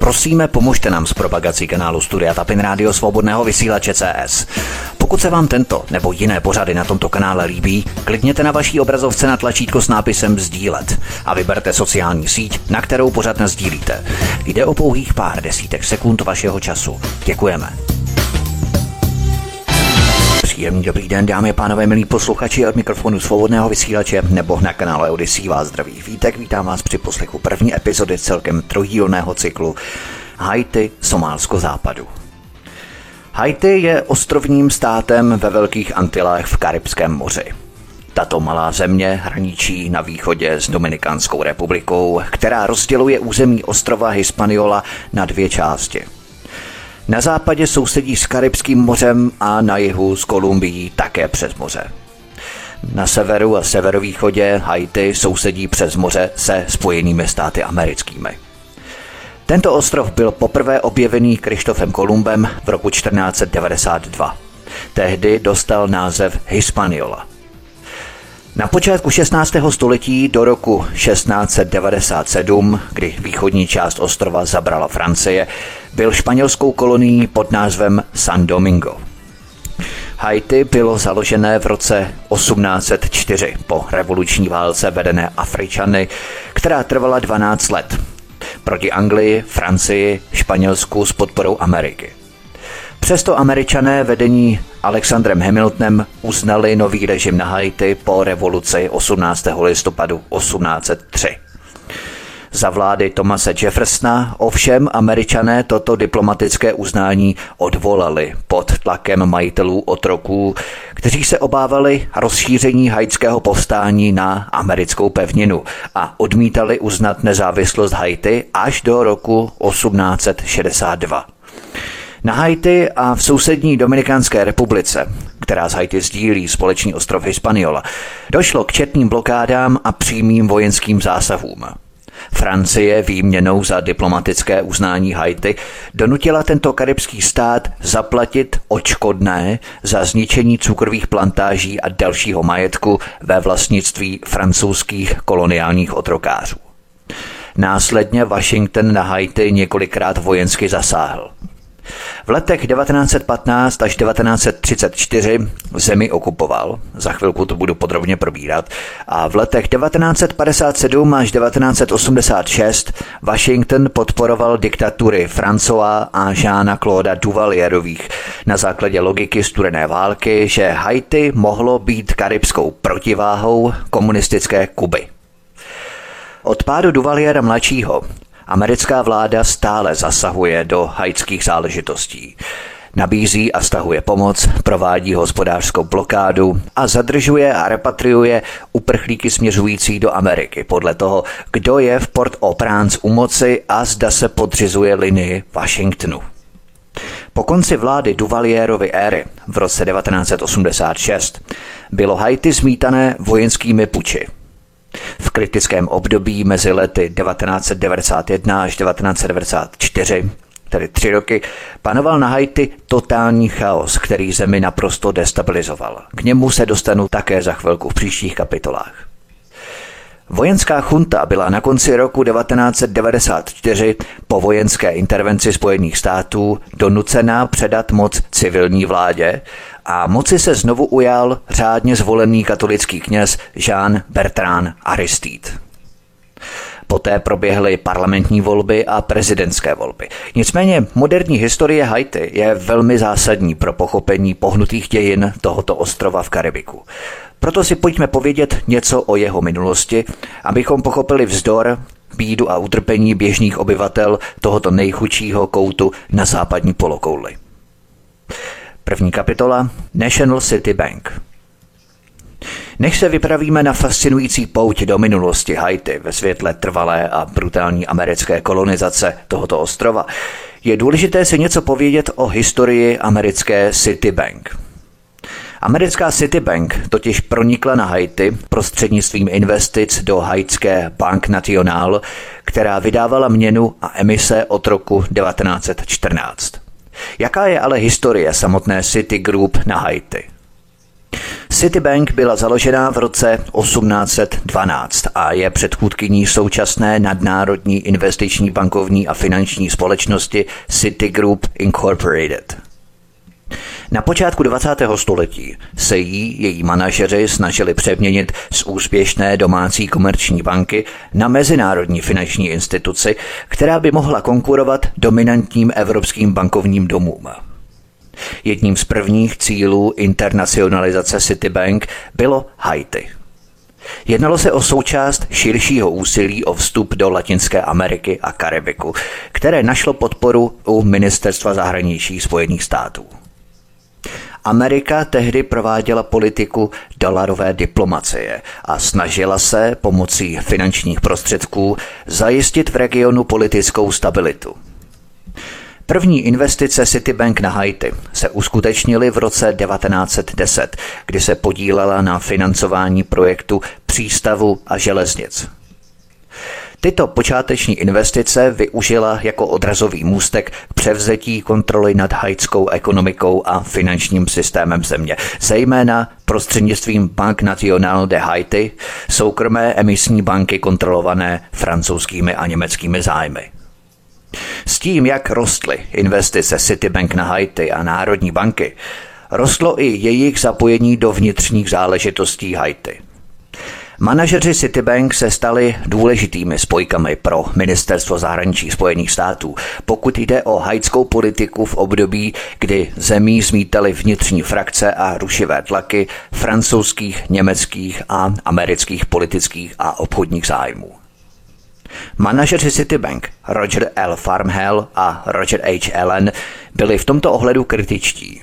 Prosíme, pomožte nám s propagací kanálu Studia Tapin Rádio Svobodného vysílače CS. Pokud se vám tento nebo jiné pořady na tomto kanále líbí, klikněte na vaší obrazovce na tlačítko s nápisem sdílet a vyberte sociální síť, na kterou pořad nasdílíte. Jde o pouhých pár desítek sekund vašeho času. Děkujeme. Příjemný dobrý den, dámy a pánové, milí posluchači, od mikrofonu Svobodného vysílače nebo na kanále Odyssey vás zdraví Vítek. Vítám vás při poslechu první epizody celkem trojdílného cyklu Haiti, Somálsko západu. Haiti je ostrovním státem ve Velkých Antilách v Karibském moři. Tato malá země hraničí na východě s Dominikánskou republikou, která rozděluje území ostrova Hispaniola na dvě části. Na západě sousedí s Karibským mořem a na jihu s Kolumbií také přes moře. Na severu a severovýchodě Haiti sousedí přes moře se Spojenými státy americkými. Tento ostrov byl poprvé objevený Krištofem Kolumbem v roku 1492. Tehdy dostal název Hispaniola. Na počátku 16. století do roku 1697, kdy východní část ostrova zabrala Francie, byl španělskou kolonií pod názvem San Domingo. Haiti bylo založené v roce 1804 po revoluční válce vedené Afričany, která trvala 12 let. Proti Anglii, Francii, Španělsku s podporou Ameriky. Přesto Američané vedení Alexandrem Hamiltonem uznali nový režim na Haiti po revoluci 18. listopadu 1803. Za vlády Thomase Jeffersona ovšem Američané toto diplomatické uznání odvolali pod tlakem majitelů otroků, kteří se obávali rozšíření haitského povstání na americkou pevninu a odmítali uznat nezávislost Haiti až do roku 1862. Na Haiti a v sousední Dominikánské republice, která z Haiti sdílí společný ostrov Hispaniola, došlo k četným blokádám a přímým vojenským zásahům. Francie výměnou za diplomatické uznání Haiti donutila tento karibský stát zaplatit odškodné za zničení cukrových plantáží a dalšího majetku ve vlastnictví francouzských koloniálních otrokářů. Následně Washington na Haiti několikrát vojensky zasáhl. V letech 1915 až 1934 zemi okupoval, za chvilku to budu podrobně probírat, a v letech 1957 až 1986 Washington podporoval diktatury Françoise a Jeana Clauda Duvalierových na základě logiky studené války, že Haiti mohlo být karibskou protiváhou komunistické Kuby. Od pádu Duvaliera mladšího americká vláda stále zasahuje do haitských záležitostí. Nabízí a stahuje pomoc, provádí hospodářskou blokádu a zadržuje a repatriuje uprchlíky směřující do Ameriky podle toho, kdo je v Port-au-Prince u moci a zda se podřizuje linii Washingtonu. Po konci vlády Duvalierovy éry v roce 1986 bylo Haiti zmítané vojenskými puči. V kritickém období mezi lety 1991 až 1994, tedy 3 roky, panoval na Haiti totální chaos, který zemi naprosto destabilizoval. K němu se dostanu také za chvilku v příštích kapitolách. Vojenská chunta byla na konci roku 1994 po vojenské intervenci Spojených států donucená předat moc civilní vládě a moci se znovu ujal řádně zvolený katolický kněz Jean-Bertrand Aristide. Poté proběhly parlamentní volby a prezidentské volby. Nicméně moderní historie Haiti je velmi zásadní pro pochopení pohnutých dějin tohoto ostrova v Karibiku. Proto si pojďme povědět něco o jeho minulosti, abychom pochopili vzdor, bídu a utrpení běžných obyvatel tohoto nejchudšího koutu na západní polokouli. První kapitola National City Bank. Než se vypravíme na fascinující pouť do minulosti Haiti ve světle trvalé a brutální americké kolonizace tohoto ostrova, je důležité si něco povědět o historii americké Citibank. Americká Citibank totiž pronikla na Haiti prostřednictvím investic do haitské Banque Nationale, která vydávala měnu a emise od roku 1914. Jaká je ale historie samotné Citigroup na Haiti? Citibank byla založena v roce 1812 a je předchůdkyní současné nadnárodní investiční bankovní a finanční společnosti Citigroup Incorporated. Na počátku 20. století se její manažeři snažili přeměnit z úspěšné domácí komerční banky na mezinárodní finanční instituci, která by mohla konkurovat dominantním evropským bankovním domům. Jedním z prvních cílů internacionalizace Citibank bylo Haiti. Jednalo se o součást širšího úsilí o vstup do Latinské Ameriky a Karibiku, které našlo podporu u Ministerstva zahraničí Spojených států. Amerika tehdy prováděla politiku dolarové diplomacie a snažila se pomocí finančních prostředků zajistit v regionu politickou stabilitu. První investice Citibank na Haiti se uskutečnily v roce 1910, kdy se podílela na financování projektu přístavu a železnic. Tyto počáteční investice využila jako odrazový můstek k převzetí kontroly nad haitskou ekonomikou a finančním systémem země, zejména prostřednictvím Banque Nationale de Haiti, soukromé emisní banky kontrolované francouzskými a německými zájmy. S tím, jak rostly investice Citibank na Haiti a Národní banky, rostlo i jejich zapojení do vnitřních záležitostí Haiti. Manažeři Citibank se stali důležitými spojkami pro Ministerstvo zahraničí Spojených států, pokud jde o haitskou politiku v období, kdy zemí zmítaly vnitřní frakce a rušivé tlaky francouzských, německých a amerických politických a obchodních zájmů. Manažeři Citibank Roger L. Farmhell a Roger H. Allen byli v tomto ohledu kritičtí.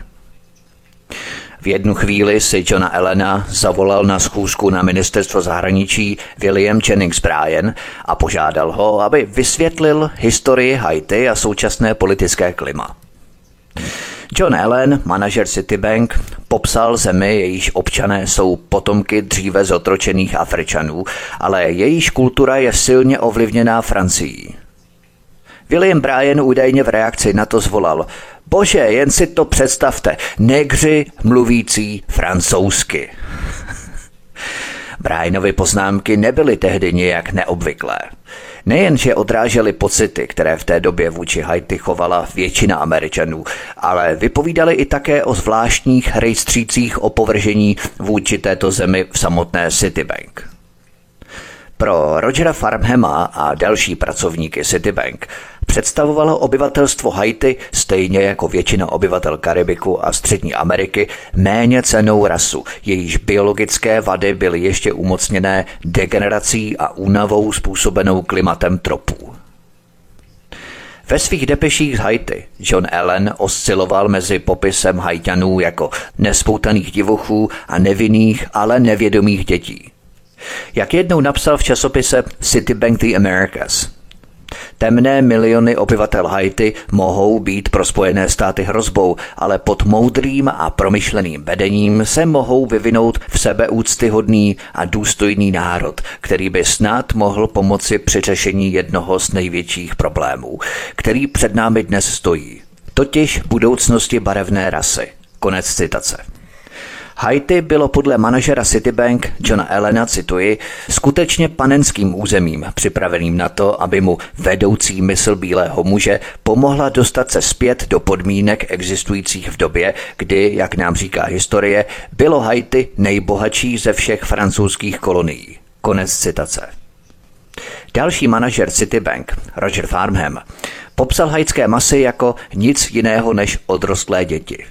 V jednu chvíli si Johna Allena zavolal na schůzku na ministerstvo zahraničí William Jennings Bryan a požádal ho, aby vysvětlil historii Haiti a současné politické klima. John Allen, manažer Citibank, popsal zemi, jejíž občané jsou potomky dříve zotročených Afričanů, ale jejíž kultura je silně ovlivněná Francií. William Bryan údajně v reakci na to zvolal: Bože, jen si to představte, negři mluvící francouzsky. Bryanovy poznámky nebyly tehdy nijak neobvyklé. Nejenže odrážely pocity, které v té době vůči Haiti chovala většina Američanů, ale vypovídaly i také o zvláštních rejstřících opovržení vůči této zemi v samotné Citibank. Pro Rogera Farnhama a další pracovníky Citibank představovalo obyvatelstvo Haiti, stejně jako většina obyvatel Karibiku a Střední Ameriky, méně cennou rasu, jejíž biologické vady byly ještě umocněné degenerací a únavou způsobenou klimatem tropů. Ve svých depeších z Haiti John Allen osciloval mezi popisem Haitianů jako nespoutaných divochů a nevinných, ale nevědomých dětí. Jak jednou napsal v časopise Citibank The Americas: temné miliony obyvatel Haiti mohou být pro Spojené státy hrozbou, ale pod moudrým a promyšleným vedením se mohou vyvinout v sebeúctyhodný a důstojný národ, který by snad mohl pomoci při řešení jednoho z největších problémů, který před námi dnes stojí, totiž budoucnosti barevné rasy. Konec citace. Haiti bylo podle manažera Citibank Johna Allena, cituji, skutečně panenským územím, připraveným na to, aby mu vedoucí mysl bílého muže pomohla dostat se zpět do podmínek existujících v době, kdy, jak nám říká historie, bylo Haiti nejbohatší ze všech francouzských kolonií. Konec citace. Další manažer Citibank, Roger Farnham, popsal haitské masy jako nic jiného než odrostlé děti.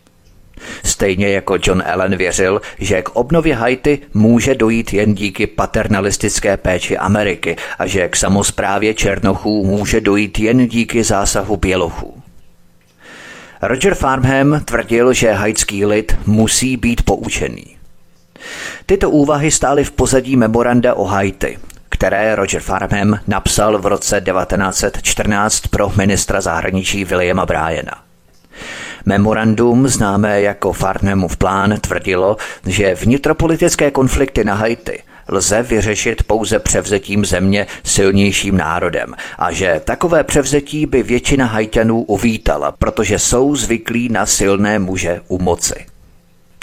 Stejně jako John Allen věřil, že k obnově Haiti může dojít jen díky paternalistické péči Ameriky a že k samosprávě černochů může dojít jen díky zásahu bělochů. Roger Farnham tvrdil, že haitský lid musí být poučený. Tyto úvahy stály v pozadí memoranda o Haiti, které Roger Farnham napsal v roce 1914 pro ministra zahraničí Williama Bryana. Memorandum, známé jako Farnhamův plán, tvrdilo, že vnitropolitické konflikty na Haiti lze vyřešit pouze převzetím země silnějším národem a že takové převzetí by většina Haitianů uvítala, protože jsou zvyklí na silné muže u moci.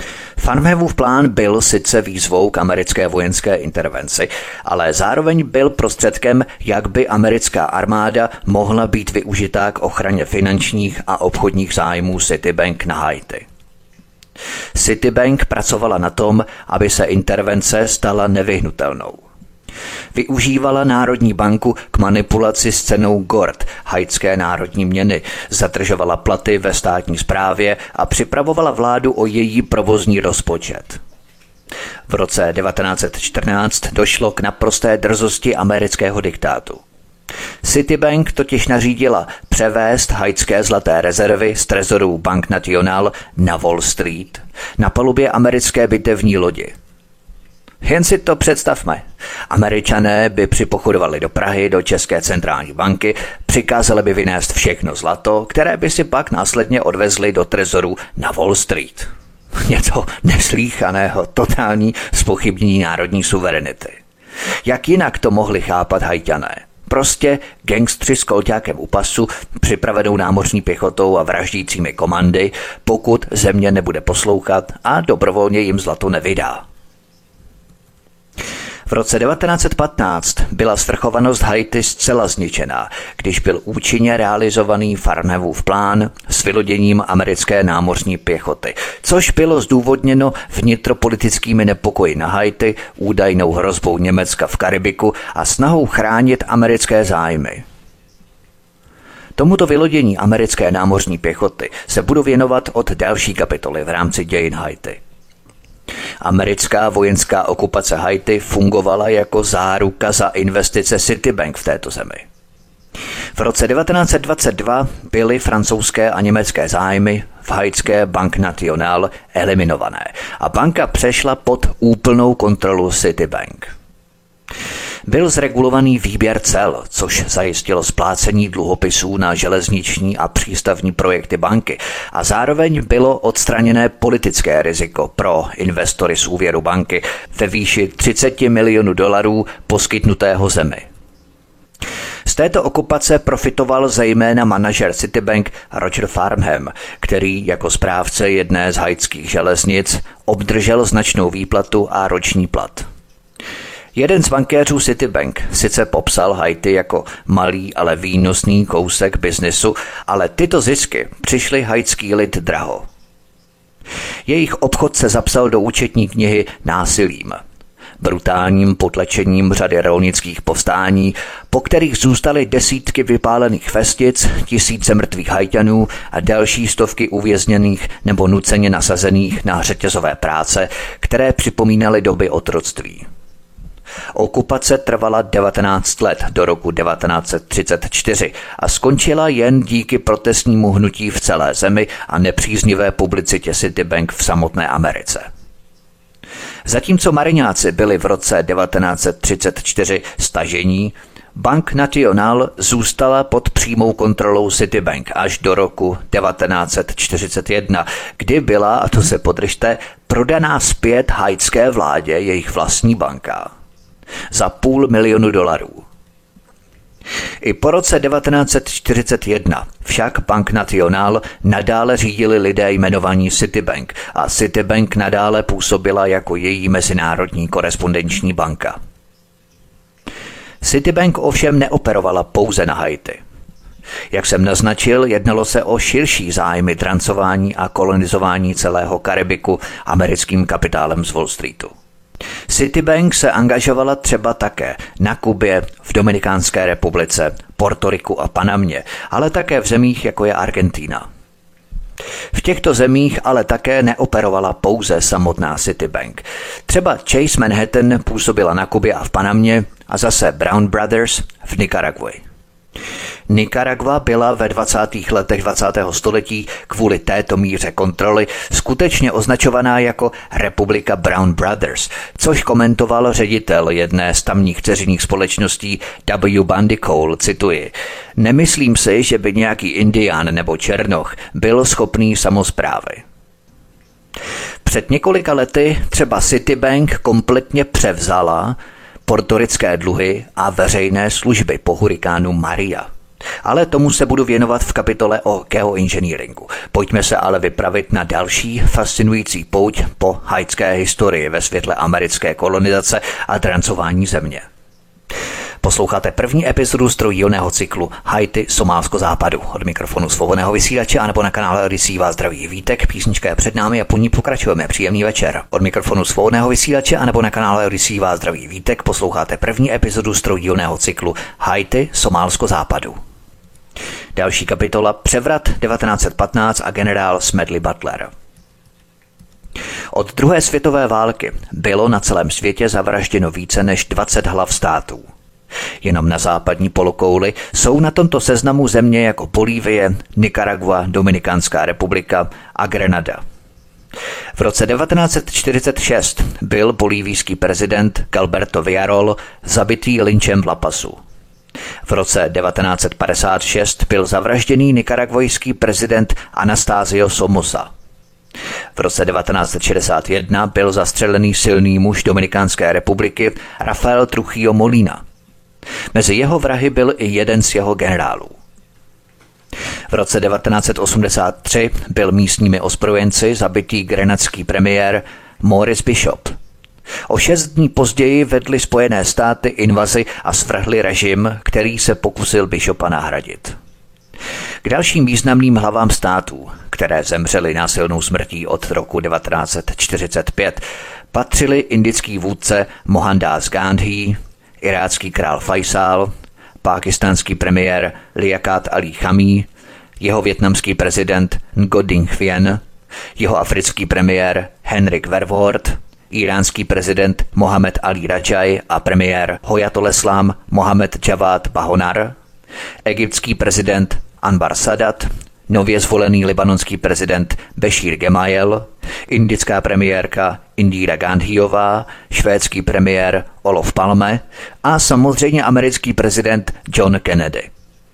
Farnhamův plán byl sice výzvou k americké vojenské intervenci, ale zároveň byl prostředkem, jak by americká armáda mohla být využitá k ochraně finančních a obchodních zájmů Citibank na Haiti. Citibank pracovala na tom, aby se intervence stala nevyhnutelnou. Využívala Národní banku k manipulaci s cenou Gord, haitské národní měny, zadržovala platy ve státní správě a připravovala vládu o její provozní rozpočet. V roce 1914 došlo k naprosté drzosti amerického diktátu. Citibank totiž nařídila převést haitské zlaté rezervy z trezorů Bank National na Wall Street na palubě americké bitevní lodi. Jen si to představme. Američané by připochodovali do Prahy, do České centrální banky, přikázali by vynést všechno zlato, které by si pak následně odvezli do trezoru na Wall Street. Něco neslýchaného, totální zpochybnění národní suverenity. Jak jinak to mohli chápat Haťané? Prostě gangstři s kolťákem u pasu, připravenou námořní pěchotou a vraždícími komandy, pokud země nebude poslouchat a dobrovolně jim zlato nevydá. V roce 1915 byla svrchovanost Haiti zcela zničená, když byl účinně realizovaný Farnhamův plán s vyloděním americké námořní pěchoty, což bylo zdůvodněno vnitropolitickými nepokoji na Haiti, údajnou hrozbou Německa v Karibiku a snahou chránit americké zájmy. Tomuto vylodění americké námořní pěchoty se budu věnovat od další kapitoly v rámci dějin Haiti. Americká vojenská okupace Haiti fungovala jako záruka za investice Citibank v této zemi. V roce 1922 byly francouzské a německé zájmy v haitské Bank National eliminované a banka přešla pod úplnou kontrolu Citibank. Byl zregulovaný výběr cel, což zajistilo splácení dluhopisů na železniční a přístavní projekty banky a zároveň bylo odstraněné politické riziko pro investory z úvěru banky ve výši $30 milionů poskytnutého zemi. Z této okupace profitoval zejména manažer Citibank Roger Farnham, který jako správce jedné z haitských železnic obdržel značnou výplatu a roční plat. Jeden z bankéřů Citibank sice popsal Haiti jako malý, ale výnosný kousek biznesu, ale tyto zisky přišly haitský lid draho. Jejich obchod se zapsal do účetní knihy násilím, brutálním potlačením řady rolnických povstání, po kterých zůstaly desítky vypálených vestic, tisíce mrtvých Haťanů a další stovky uvězněných nebo nuceně nasazených na řetězové práce, které připomínaly doby otroctví. Okupace trvala 19 let do roku 1934 a skončila jen díky protestnímu hnutí v celé zemi a nepříznivé publicitě Citibank v samotné Americe. Zatímco mariňáci byli v roce 1934 stažení, Bank National zůstala pod přímou kontrolou Citibank až do roku 1941, kdy byla, a to se podržte, prodaná zpět haitské vládě jejich vlastní banka za $500 000. I po roce 1941 však Bank National nadále řídili lidé jmenovaní Citibank a Citibank nadále působila jako její mezinárodní korespondenční banka. Citibank ovšem neoperovala pouze na Haiti. Jak jsem naznačil, jednalo se o širší zájmy drancování a kolonizování celého Karibiku americkým kapitálem z Wall Streetu. Citibank se angažovala třeba také na Kubě, v Dominikánské republice, Portoriku a Panamě, ale také v zemích, jako je Argentina. V těchto zemích ale také neoperovala pouze samotná Citibank. Třeba Chase Manhattan působila na Kubě a v Panamě a zase Brown Brothers v Nikaraguji. Nikaragua byla ve 20. letech 20. století kvůli této míře kontroly skutečně označovaná jako Republika Brown Brothers, což komentoval ředitel jedné z tamních dceřiných společností W. Bundy Cole, cituji: "Nemyslím si, že by nějaký Indián nebo Černoch byl schopný samosprávy." Před několika lety třeba Citibank kompletně převzala portorické dluhy a veřejné služby po hurikánu Maria. Ale tomu se budu věnovat v kapitole o geoengineeringu. Pojďme se ale vypravit na další fascinující pouť po haitské historii ve světle americké kolonizace a drancování země. Posloucháte první epizodu z trojdílného cyklu Haiti, Somálsko, Západu. Od mikrofonu Svobodného vysílače anebo na kanále Odyssey vás zdraví Vítek, písnička je před námi a po ní pokračujeme. Příjemný večer. Od mikrofonu Svobodného vysílače anebo na kanále Odyssey vás zdraví Vítek, posloucháte první epizodu z trojdílného cyklu Haiti, Somálsko, Západu. Další kapitola Převrat 1915 a generál Smedley Butler. Od druhé světové války bylo na celém světě zavražděno více než 20 hlav států. Jenom na západní polokouli jsou na tomto seznamu země jako Bolívie, Nikaragua, Dominikánská republika a Grenada. V roce 1946 byl bolívijský prezident Gilberto Villarol zabitý lynchem v La Pasu. V roce 1956 byl zavražděný nikaragvojský prezident Anastasio Somoza. V roce 1961 byl zastřelený silný muž Dominikánské republiky Rafael Trujillo Molina. Mezi jeho vrahy byl i jeden z jeho generálů. V roce 1983 byl místními ozbrojenci zabitý grenadský premiér Maurice Bishop. O 6 dní později vedly Spojené státy invazi a svrhli režim, který se pokusil Bishopa nahradit. K dalším významným hlavám států, které zemřely násilnou smrtí od roku 1945, patřili indický vůdce Mohandas Gandhi, irácký král Faisal, pákistánský premiér Liaquat Ali Chami, jeho vietnamský prezident Ngo Dinh Nguyen, jeho africký premiér Henrik Verwoerd, iránský prezident Mohamed Ali Rajai a premiér Hojatoleslam Mohamed Javad Bahonar, egyptský prezident Anwar Sadat, nově zvolený libanonský prezident Bashir Gemayel, indická premiérka Indira Gandhiová, švédský premiér Olof Palme a samozřejmě americký prezident John Kennedy.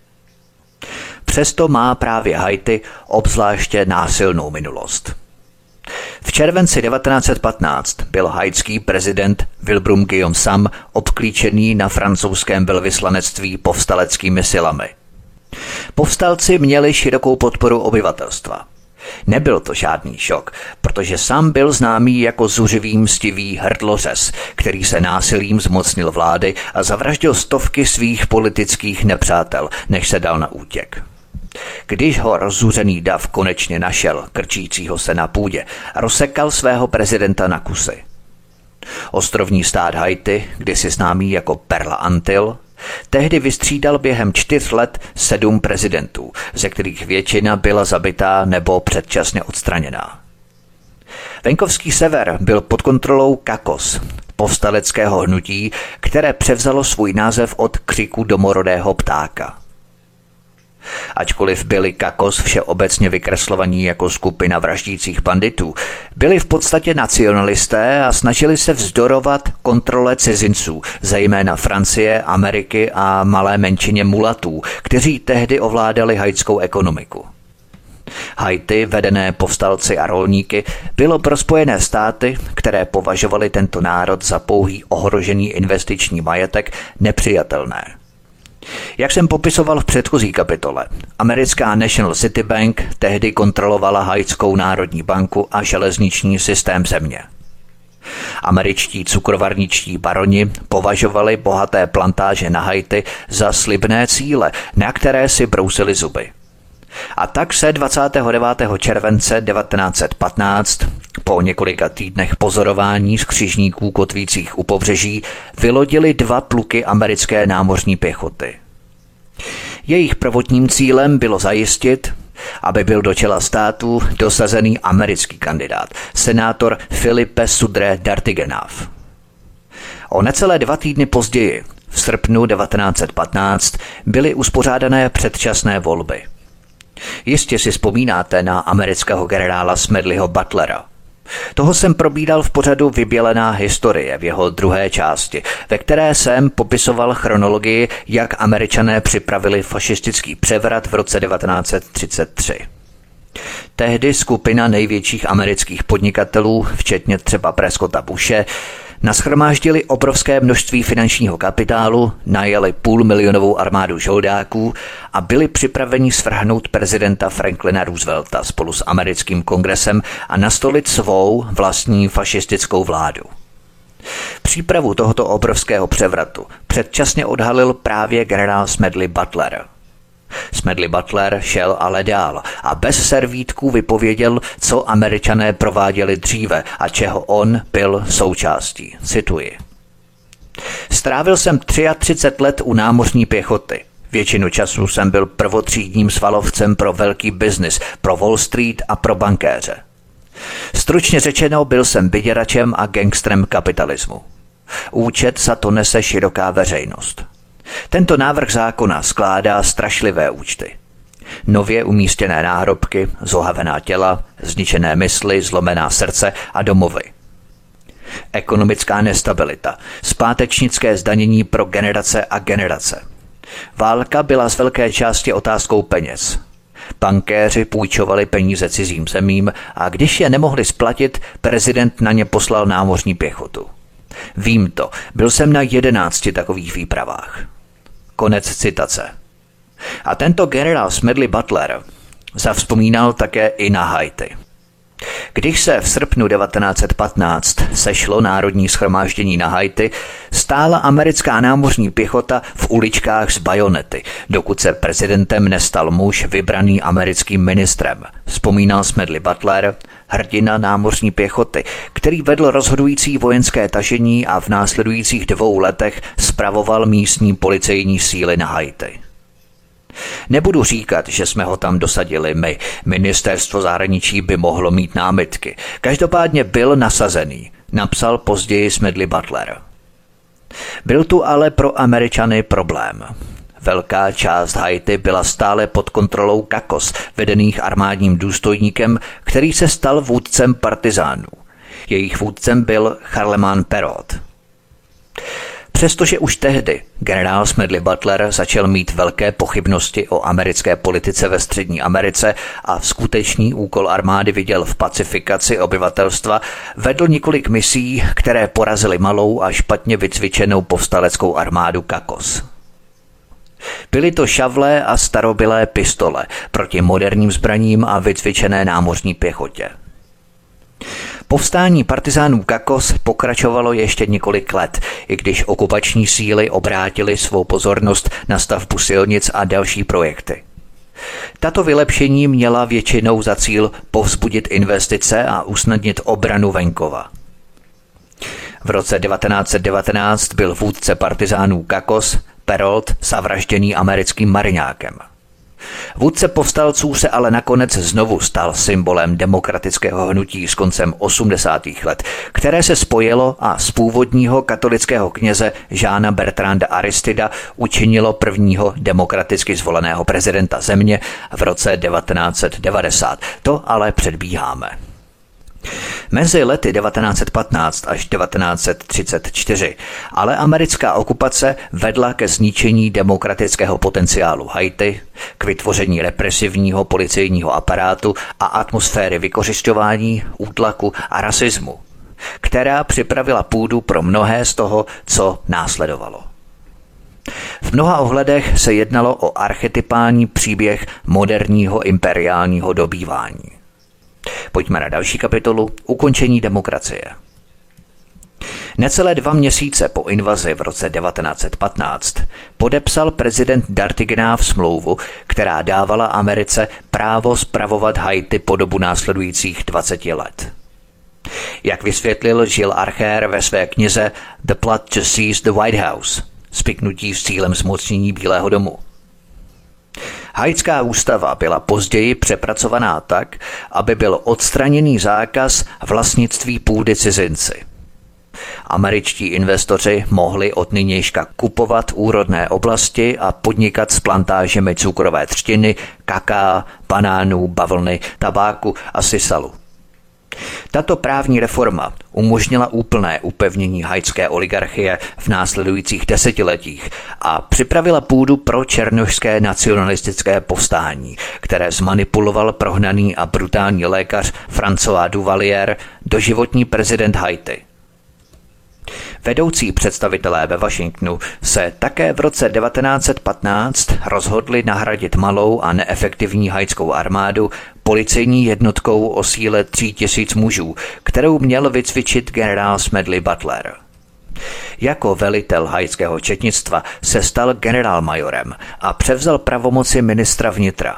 Přesto má právě Haiti obzvláště násilnou minulost. V červenci 1915 byl haitský prezident Wilbram Guillaume Sam obklíčený na francouzském velvyslanectví povstaleckými silami. Povstalci měli širokou podporu obyvatelstva. Nebyl to žádný šok, protože Sam byl známý jako zuřivý mstivý hrdlořez, který se násilím zmocnil vlády a zavraždil stovky svých politických nepřátel, než se dal na útěk. Když ho rozzuřený dav konečně našel, krčícího se na půdě, rozsekal svého prezidenta na kusy. Ostrovní stát Haiti, kdysi známý jako Perla Antil, tehdy vystřídal během 4 let 7 prezidentů, ze kterých většina byla zabitá nebo předčasně odstraněná. Venkovský sever byl pod kontrolou Cacos, povstaleckého hnutí, které převzalo svůj název od křiku domorodého ptáka. Ačkoliv byli Cacos všeobecně vykreslovaní jako skupina vraždících banditů, byli v podstatě nacionalisté a snažili se vzdorovat kontrole cizinců, zejména Francie, Ameriky a malé menšině mulatů, kteří tehdy ovládali haitskou ekonomiku. Haiti, vedené povstalci a rolníky, bylo pro Spojené státy, které považovali tento národ za pouhý ohrožený investiční majetek, nepřijatelné. Jak jsem popisoval v předchozí kapitole, americká National City Bank tehdy kontrolovala haitskou národní banku a železniční systém země. Američtí cukrovarničtí baroni považovali bohaté plantáže na Haiti za slibné cíle, na které si brousili zuby. A tak se 29. července 1915 po několika týdnech pozorování z křižníků kotvících u pobřeží vylodili 2 pluky americké námořní pěchoty. Jejich prvotním cílem bylo zajistit, aby byl do čela státu dosazený americký kandidát, senátor Philippe Sudre d'Artigenav. O necelé 2 týdny později, v srpnu 1915, byly uspořádané předčasné volby. Jistě si vzpomínáte na amerického generála Smedleyho Butlera. Toho jsem probídal v pořadu Vybělená historie v jeho druhé části, ve které jsem popisoval chronologii, jak Američané připravili fašistický převrat v roce 1933. Tehdy skupina největších amerických podnikatelů, včetně třeba Prescotta Bushe, Nashromáždili obrovské množství finančního kapitálu, najali 500 000 armádu žoldáků a byli připraveni svrhnout prezidenta Franklina Roosevelta spolu s americkým kongresem a nastolit svou vlastní fašistickou vládu. Přípravu tohoto obrovského převratu předčasně odhalil právě generál Smedley Butler. Smedley Butler šel ale dál a bez servítků vypověděl, co Američané prováděli dříve a čeho on byl součástí. Cituji. Strávil jsem 33 let u námořní pěchoty. Většinu času jsem byl prvotřídním svalovcem pro velký biznis, pro Wall Street a pro bankéře. Stručně řečeno, byl jsem vyděračem a gangstrem kapitalismu. Účet za to nese široká veřejnost. Tento návrh zákona skládá strašlivé účty. Nově umístěné náhrobky, zohavená těla, zničené mysli, zlomená srdce a domovy. Ekonomická nestabilita, zpátečnické zdanění pro generace a generace. Válka byla z velké části otázkou peněz. Bankéři půjčovali peníze cizím zemím a když je nemohli splatit, prezident na ně poslal námořní pěchotu. Vím to, byl jsem na 11 takových výpravách. Konec citace. A tento generál Smedley Butler zavzpomínal také i na Haiti. Když se v srpnu 1915 sešlo národní shromáždění na Haiti, stála americká námořní pěchota v uličkách s bajonety, dokud se prezidentem nestal muž vybraný americkým ministrem, vzpomínal Smedley Butler, hrdina námořní pěchoty, který vedl rozhodující vojenské tažení a v následujících 2 letech spravoval místní policejní síly na Haiti. Nebudu říkat, že jsme ho tam dosadili my. Ministerstvo zahraničí by mohlo mít námitky. Každopádně byl nasazený, napsal později Smedley Butler. Byl tu ale pro Američany problém. Velká část Haiti byla stále pod kontrolou Cacos, vedených armádním důstojníkem, který se stal vůdcem partizánů. Jejich vůdcem byl Charlemagne Péraud. Přestože už tehdy generál Smedley Butler začal mít velké pochybnosti o americké politice ve Střední Americe a skutečný úkol armády viděl v pacifikaci obyvatelstva, vedl několik misí, které porazily malou a špatně vycvičenou povstaleckou armádu Cacos. Byly to šavle a starobylé pistole proti moderním zbraním a vycvičené námořní pěchotě. Povstání partizánů Cacos pokračovalo ještě několik let, i když okupační síly obrátily svou pozornost na stavbu silnic a další projekty. Tato vylepšení měla většinou za cíl povzbudit investice a usnadnit obranu venkova. V roce 1919 byl vůdce partizánů Cacos Péraud zavražděný americkým mariňákem. Vůdce povstalců se ale nakonec znovu stal symbolem demokratického hnutí s koncem 80. let, které se spojilo a z původního katolického kněze Jeana Bertranda Aristida učinilo prvního demokraticky zvoleného prezidenta země v roce 1990. To ale předbíháme. Mezi lety 1915 až 1934 ale americká okupace vedla ke zničení demokratického potenciálu Haiti, k vytvoření represivního policejního aparátu a atmosféry vykořisťování, útlaku a rasismu, která připravila půdu pro mnohé z toho, co následovalo. V mnoha ohledech se jednalo o archetypální příběh moderního imperiálního dobývání. Pojďme na další kapitolu Ukončení demokracie. Necelé 2 měsíce po invazi v roce 1915 podepsal prezident d'Artignave smlouvu, která dávala Americe právo spravovat Haiti po dobu následujících 20 let. Jak vysvětlil Gilles Archer ve své knize The Plot to Seize the White House, spiknutí s cílem zmocnění Bílého domu. Haitská ústava byla později přepracovaná tak, aby byl odstraněný zákaz vlastnictví půdy cizinci. Američtí investoři mohli od nynějška kupovat úrodné oblasti a podnikat s plantážemi cukrové třtiny, kaká, banánů, bavlny, tabáku a sisalu. Tato právní reforma umožnila úplné upevnění haitské oligarchie v následujících desetiletích a připravila půdu pro černošské nacionalistické povstání, které zmanipuloval prohnaný a brutální lékař François Duvalier, doživotní prezident Haiti. Vedoucí představitelé ve Washingtonu se také v roce 1915 rozhodli nahradit malou a neefektivní haitskou armádu policejní jednotkou o síle 3000 mužů, kterou měl vycvičit generál Smedley Butler. Jako velitel haitského četnictva se stal generálmajorem a převzal pravomoci ministra vnitra.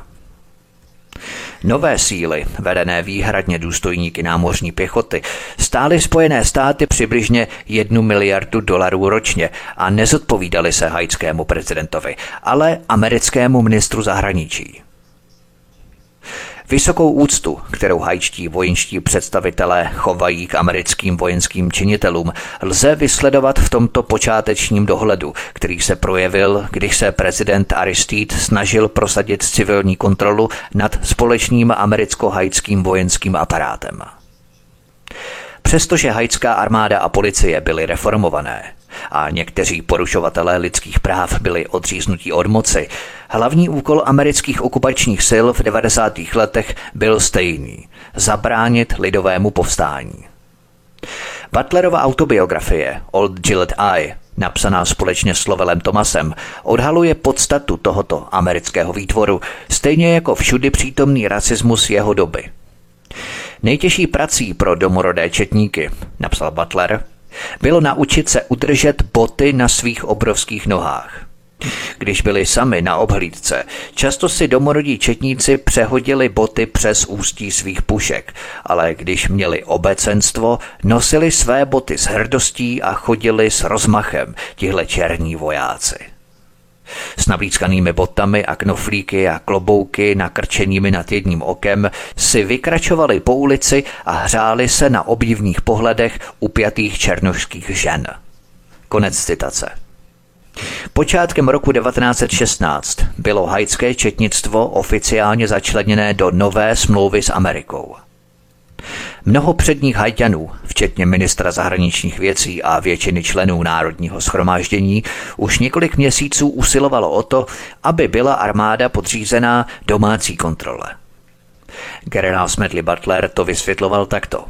Nové síly, vedené výhradně důstojníky námořní pěchoty, stály Spojené státy přibližně $1 miliardu ročně a nezodpovídali se haitskému prezidentovi, ale americkému ministru zahraničí. Vysokou úctu, kterou haitští vojenští představitelé chovají k americkým vojenským činitelům, lze vysledovat v tomto počátečním dohledu, který se projevil, když se prezident Aristide snažil prosadit civilní kontrolu nad společným americko-haitským vojenským aparátem. Přestože haitská armáda a policie byly reformované a někteří porušovatelé lidských práv byli odříznutí od moci, hlavní úkol amerických okupačních sil v 90. letech byl stejný – zabránit lidovému povstání. Butlerova autobiografie Old Gillette Eye, napsaná společně s Lowellem Thomasem, odhaluje podstatu tohoto amerického výtvoru, stejně jako všudy přítomný rasismus jeho doby. Nejtěžší prací pro domorodé četníky, napsal Butler, bylo naučit se udržet boty na svých obrovských nohách. Když byli sami na obhlídce, často si domorodí četníci přehodili boty přes ústí svých pušek, ale když měli obecenstvo, nosili své boty s hrdostí a chodili s rozmachem, tihle černí vojáci. S navlíckanými botami a knoflíky a klobouky nakrčenými nad jedním okem si vykračovali po ulici a hřáli se na obdivných pohledech upjatých černošských žen. Konec citace. Počátkem roku 1916 bylo haitské četnictvo oficiálně začleněné do nové smlouvy s Amerikou. Mnoho předních Haiťanů, včetně ministra zahraničních věcí a většiny členů Národního shromáždění, už několik měsíců usilovalo o to, aby byla armáda podřízená domácí kontrole. Generál Smedley Butler to vysvětloval takto.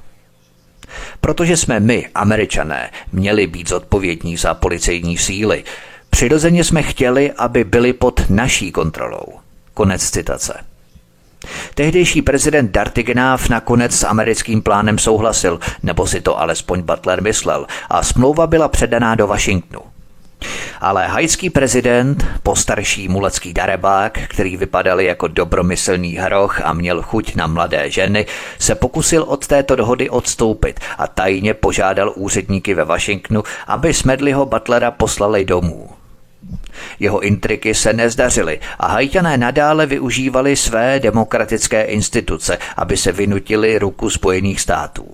Protože jsme my, Američané, měli být zodpovědní za policejní síly, přirozeně jsme chtěli, aby byli pod naší kontrolou. Konec citace. Tehdejší prezident Dartigenáv nakonec s americkým plánem souhlasil, nebo si to alespoň Butler myslel, a smlouva byla předaná do Washingtonu. Ale haitský prezident, postarší mulecký darebák, který vypadal jako dobromyslný hroch a měl chuť na mladé ženy, se pokusil od této dohody odstoupit a tajně požádal úředníky ve Washingtonu, aby Smedleyho Butlera poslali domů. Jeho intriky se nezdařily a Haťané nadále využívali své demokratické instituce, aby se vynutili ruku Spojených států.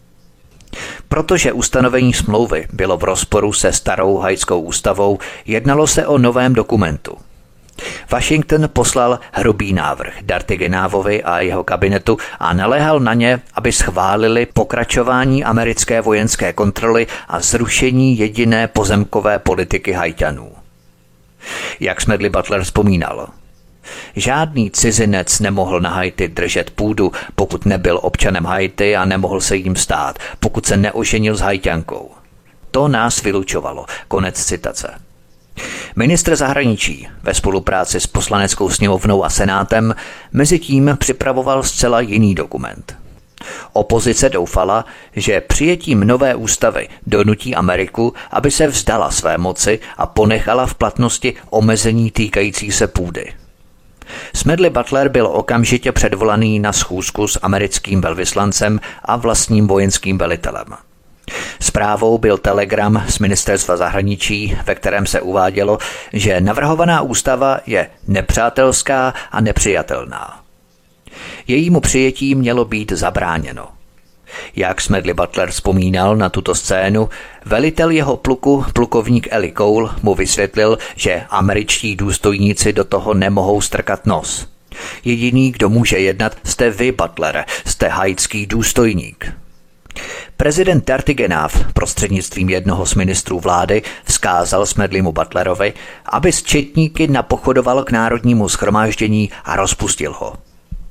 Protože ustanovení smlouvy bylo v rozporu se starou haitskou ústavou, jednalo se o novém dokumentu. Washington poslal hrubý návrh Dartigenávovi a jeho kabinetu a naléhal na ně, aby schválili pokračování americké vojenské kontroly a zrušení jediné pozemkové politiky Haťanů. Jak Smedley Butler vzpomínal, žádný cizinec nemohl na Haiti držet půdu, pokud nebyl občanem Haiti a nemohl se jim stát, pokud se neoženil s Haťankou. To nás vylučovalo. Konec citace. Ministr zahraničí ve spolupráci s poslaneckou sněmovnou a senátem mezitím připravoval zcela jiný dokument. Opozice doufala, že přijetím nové ústavy donutí Ameriku, aby se vzdala své moci a ponechala v platnosti omezení týkající se půdy. Smedley Butler byl okamžitě předvolaný na schůzku s americkým velvyslancem a vlastním vojenským velitelem. Zprávou byl telegram z ministerstva zahraničí, ve kterém se uvádělo, že navrhovaná ústava je nepřátelská a nepřijatelná. Jejímu přijetí mělo být zabráněno. Jak Smedley Butler vzpomínal na tuto scénu, velitel jeho pluku, plukovník Eli Cole, mu vysvětlil, že američtí důstojníci do toho nemohou strkat nos. Jediný, kdo může jednat, jste vy, Butlere, jste haitský důstojník. Prezident Dartigenáv prostřednictvím jednoho z ministrů vlády vzkázal Smedleymu Butlerovi, aby s četníky napochodoval k Národnímu shromáždění a rozpustil ho.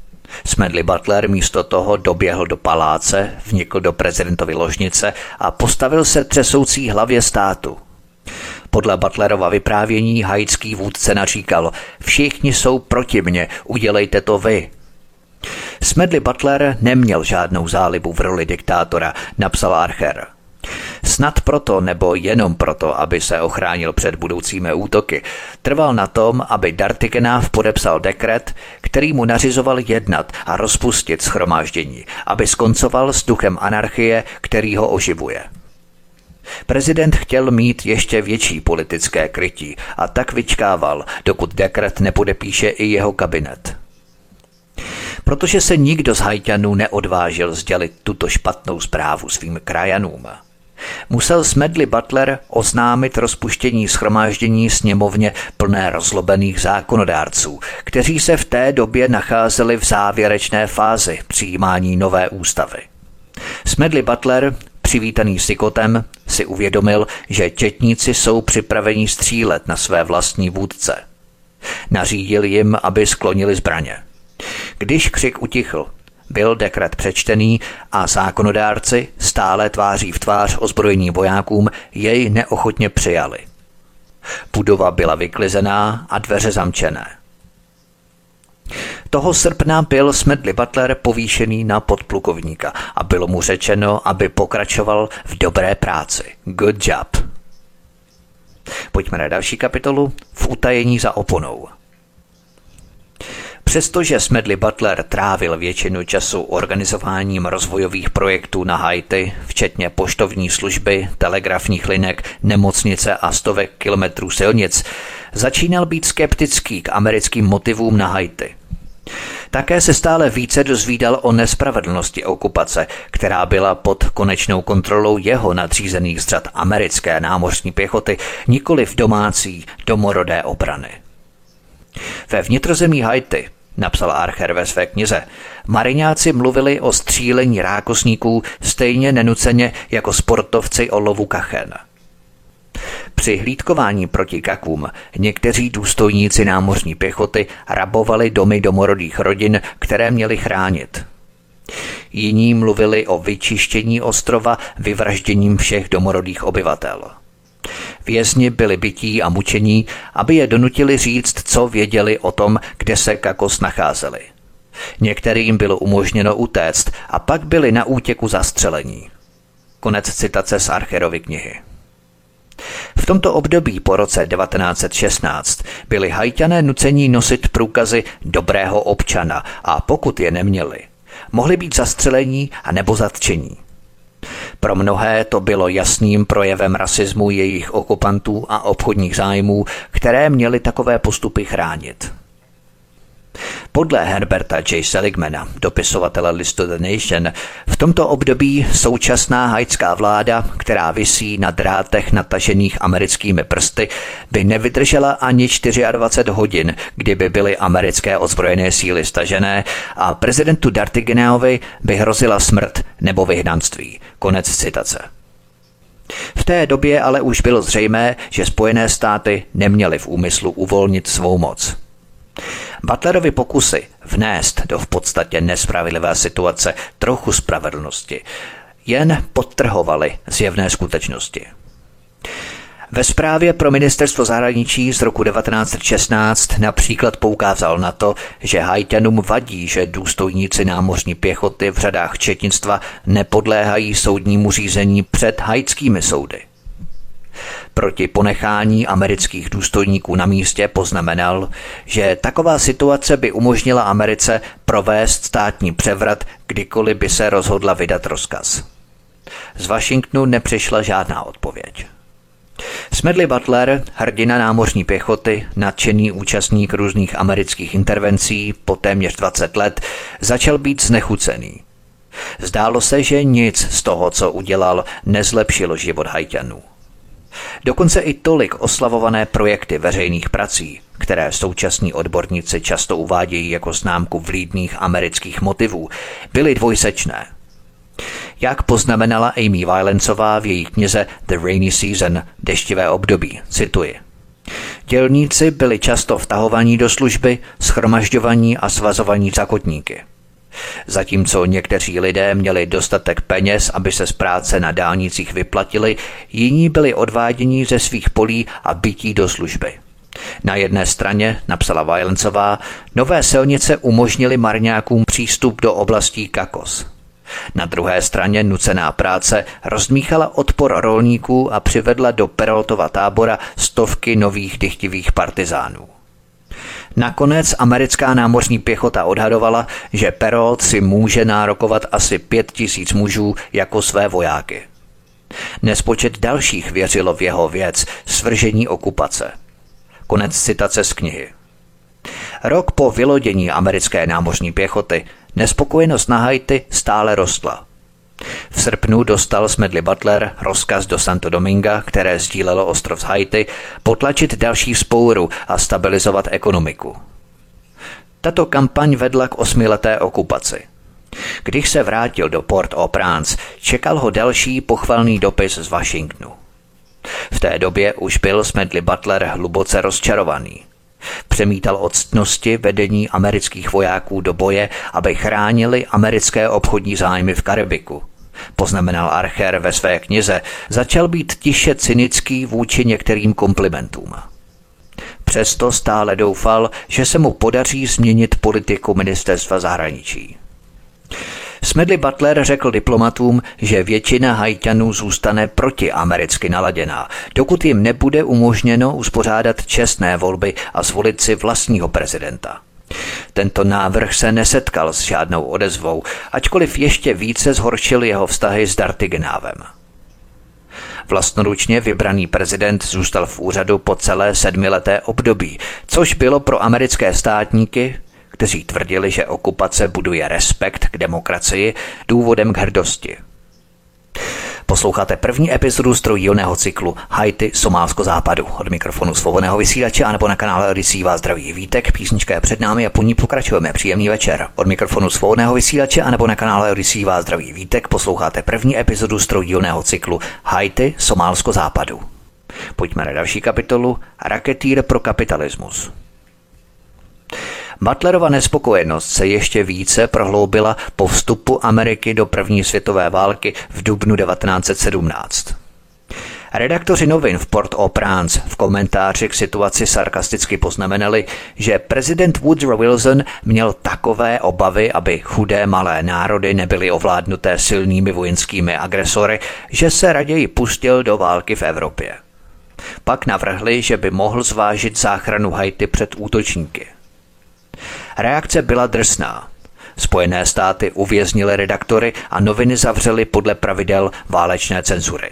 Smedley Butler místo toho doběhl do paláce, vnikl do prezidentovy ložnice a postavil se třesoucí hlavě státu. Podle Butlerova vyprávění haitský vůdce naříkal: všichni jsou proti mně, udělejte to vy. Smedley Butler neměl žádnou zálibu v roli diktátora, napsal Archer. Snad proto nebo jenom proto, aby se ochránil před budoucími útoky, trval na tom, aby Dartigenáv podepsal dekret, který mu nařizoval jednat a rozpustit shromáždění, aby skoncoval s duchem anarchie, který ho oživuje. Prezident chtěl mít ještě větší politické krytí a tak vyčkával, dokud dekret nepodepíše i jeho kabinet. Protože se nikdo z Haiťanů neodvážil sdělit tuto špatnou zprávu svým krajanům, musel Smedley Butler oznámit rozpuštění shromáždění sněmovně plné rozlobených zákonodárců, kteří se v té době nacházeli v závěrečné fázi přijímání nové ústavy. Smedley Butler, přivítaný sykotem, si uvědomil, že četníci jsou připraveni střílet na své vlastní vůdce. Nařídil jim, aby sklonili zbraně. Když křik utichl, byl dekret přečtený a zákonodárci, stále tváří v tvář ozbrojeným vojákům, jej neochotně přijali. Budova byla vyklizená a dveře zamčené. Toho srpna byl Smedley Butler povýšený na podplukovníka a bylo mu řečeno, aby pokračoval v dobré práci. Good job. Pojďme na další kapitolu. V utajení za oponou. Přestože Smedley Butler trávil většinu času organizováním rozvojových projektů na Haiti, včetně poštovní služby, telegrafních linek, nemocnice a stovek kilometrů silnic, začínal být skeptický k americkým motivům na Haiti. Také se stále více dozvídal o nespravedlnosti okupace, která byla pod konečnou kontrolou jeho nadřízených z řad americké námořní pěchoty, nikoliv domácí domorodé obrany. Ve vnitrozemí Haiti, napsal Archer ve své knize, mariňáci mluvili o střílení rákosníků stejně nenuceně jako sportovci o lovu kachen. Při hlídkování proti kakům někteří důstojníci námořní pěchoty rabovali domy domorodých rodin, které měli chránit. Jiní mluvili o vyčištění ostrova vyvražděním všech domorodých obyvatel. Vězni byli bití a mučení, aby je donutili říct, co věděli o tom, kde se kakos nacházeli. Některým bylo umožněno utéct a pak byli na útěku zastřelení. Konec citace z Archerovy knihy. V tomto období po roce 1916 byli Haťané nuceni nosit průkazy dobrého občana a pokud je neměli, mohli být zastřelení a nebo zatčení. Pro mnohé to bylo jasným projevem rasismu jejich okupantů a obchodních zájmů, které měly takové postupy chránit. Podle Herberta J. Seligmana, dopisovatele listu The Nation, v tomto období současná haitská vláda, která visí na drátech natažených americkými prsty, by nevydržela ani 24 hodin, kdyby byly americké ozbrojené síly stažené a prezidentu Dartigenáovi by hrozila smrt nebo vyhnanství. Konec citace. V té době ale už bylo zřejmé, že Spojené státy neměly v úmyslu uvolnit svou moc. Butlerovy pokusy vnést do v podstatě nespravedlivé situace trochu spravedlnosti jen podtrhovaly zjevné skutečnosti. Ve zprávě pro ministerstvo zahraničí z roku 1916 například poukázal na to, že Haťanům vadí, že důstojníci námořní pěchoty v řadách četnictva nepodléhají soudnímu řízení před haitskými soudy. Proti ponechání amerických důstojníků na místě poznamenal, že taková situace by umožnila Americe provést státní převrat, kdykoliv by se rozhodla vydat rozkaz. Z Washingtonu nepřišla žádná odpověď. Smedley Butler, hrdina námořní pěchoty, nadšený účastník různých amerických intervencí po téměř 20 let, začal být znechucený. Zdálo se, že nic z toho, co udělal, nezlepšilo život Haťanů. Dokonce i tolik oslavované projekty veřejných prací, které současní odborníci často uvádějí jako známku vlídných amerických motivů, byly dvojsečné. Jak poznamenala Amy Violencová v její knize The Rainy Season, deštivé období, cituji. Dělníci byli často vtahovaní do služby, shromažďovaní a svazovaní za kotníky. Zatímco někteří lidé měli dostatek peněz, aby se z práce na dálnicích vyplatili, jiní byli odváděni ze svých polí a bytí do služby. Na jedné straně, napsala Vajlencová, nové silnice umožnily marňákům přístup do oblastí Kakos. Na druhé straně nucená práce rozdmíchala odpor rolníků a přivedla do Perraultova tábora stovky nových dychtivých partizánů. Nakonec americká námořní pěchota odhadovala, že Perrault si může nárokovat asi 5 000 mužů jako své vojáky. Nespočet dalších věřilo v jeho věc svržení okupace. Konec citace z knihy. Rok po vylodění americké námořní pěchoty nespokojenost na Haiti stále rostla. V srpnu dostal Smedley Butler rozkaz do Santo Dominga, které sdílelo ostrov z Haiti, potlačit další vzpouru a stabilizovat ekonomiku. Tato kampaň vedla k 8leté okupaci. Když se vrátil do Port-au-Prince, čekal ho další pochvalný dopis z Washingtonu. V té době už byl Smedley Butler hluboce rozčarovaný. Přemítal od ctnosti vedení amerických vojáků do boje, aby chránili americké obchodní zájmy v Karibiku. Poznamenal Archer ve své knize, začal být tiše cynický vůči některým komplimentům. Přesto stále doufal, že se mu podaří změnit politiku ministerstva zahraničí. Smedley Butler řekl diplomatům, že většina Haitianů zůstane protiamericky naladěná, dokud jim nebude umožněno uspořádat čestné volby a zvolit si vlastního prezidenta. Tento návrh se nesetkal s žádnou odezvou, ačkoliv ještě více zhoršil jeho vztahy s Dartiganávem. Vlastnoručně vybraný prezident zůstal v úřadu po celé 7leté období, což bylo pro americké státníky, kteří tvrdili, že okupace buduje respekt k demokracii, důvodem k hrdosti. Posloucháte první epizodu z trojdělného cyklu Haiti, Somálsko, Západu. Od mikrofonu Svobodného vysílače anebo na kanále Odyssey vás zdraví Vítek, písnička je před námi a po ní pokračujeme. Příjemný večer. Od mikrofonu Svobodného vysílače anebo na kanále Odyssey vás zdraví Vítek, posloucháte první epizodu z trojdělného cyklu Haiti, Somálsko, Západu. Pojďme na další kapitolu Raketýr pro kapitalismus. Butlerova nespokojenost se ještě více prohloubila po vstupu Ameriky do první světové války v dubnu 1917. Redaktoři novin v Port-au-Prince v komentáři k situaci sarkasticky poznamenali, že prezident Woodrow Wilson měl takové obavy, aby chudé malé národy nebyly ovládnuté silnými vojenskými agresory, že se raději pustil do války v Evropě. Pak navrhli, že by mohl zvážit záchranu Haiti před útočníky. Reakce byla drsná. Spojené státy uvěznily redaktory a noviny zavřely podle pravidel válečné cenzury.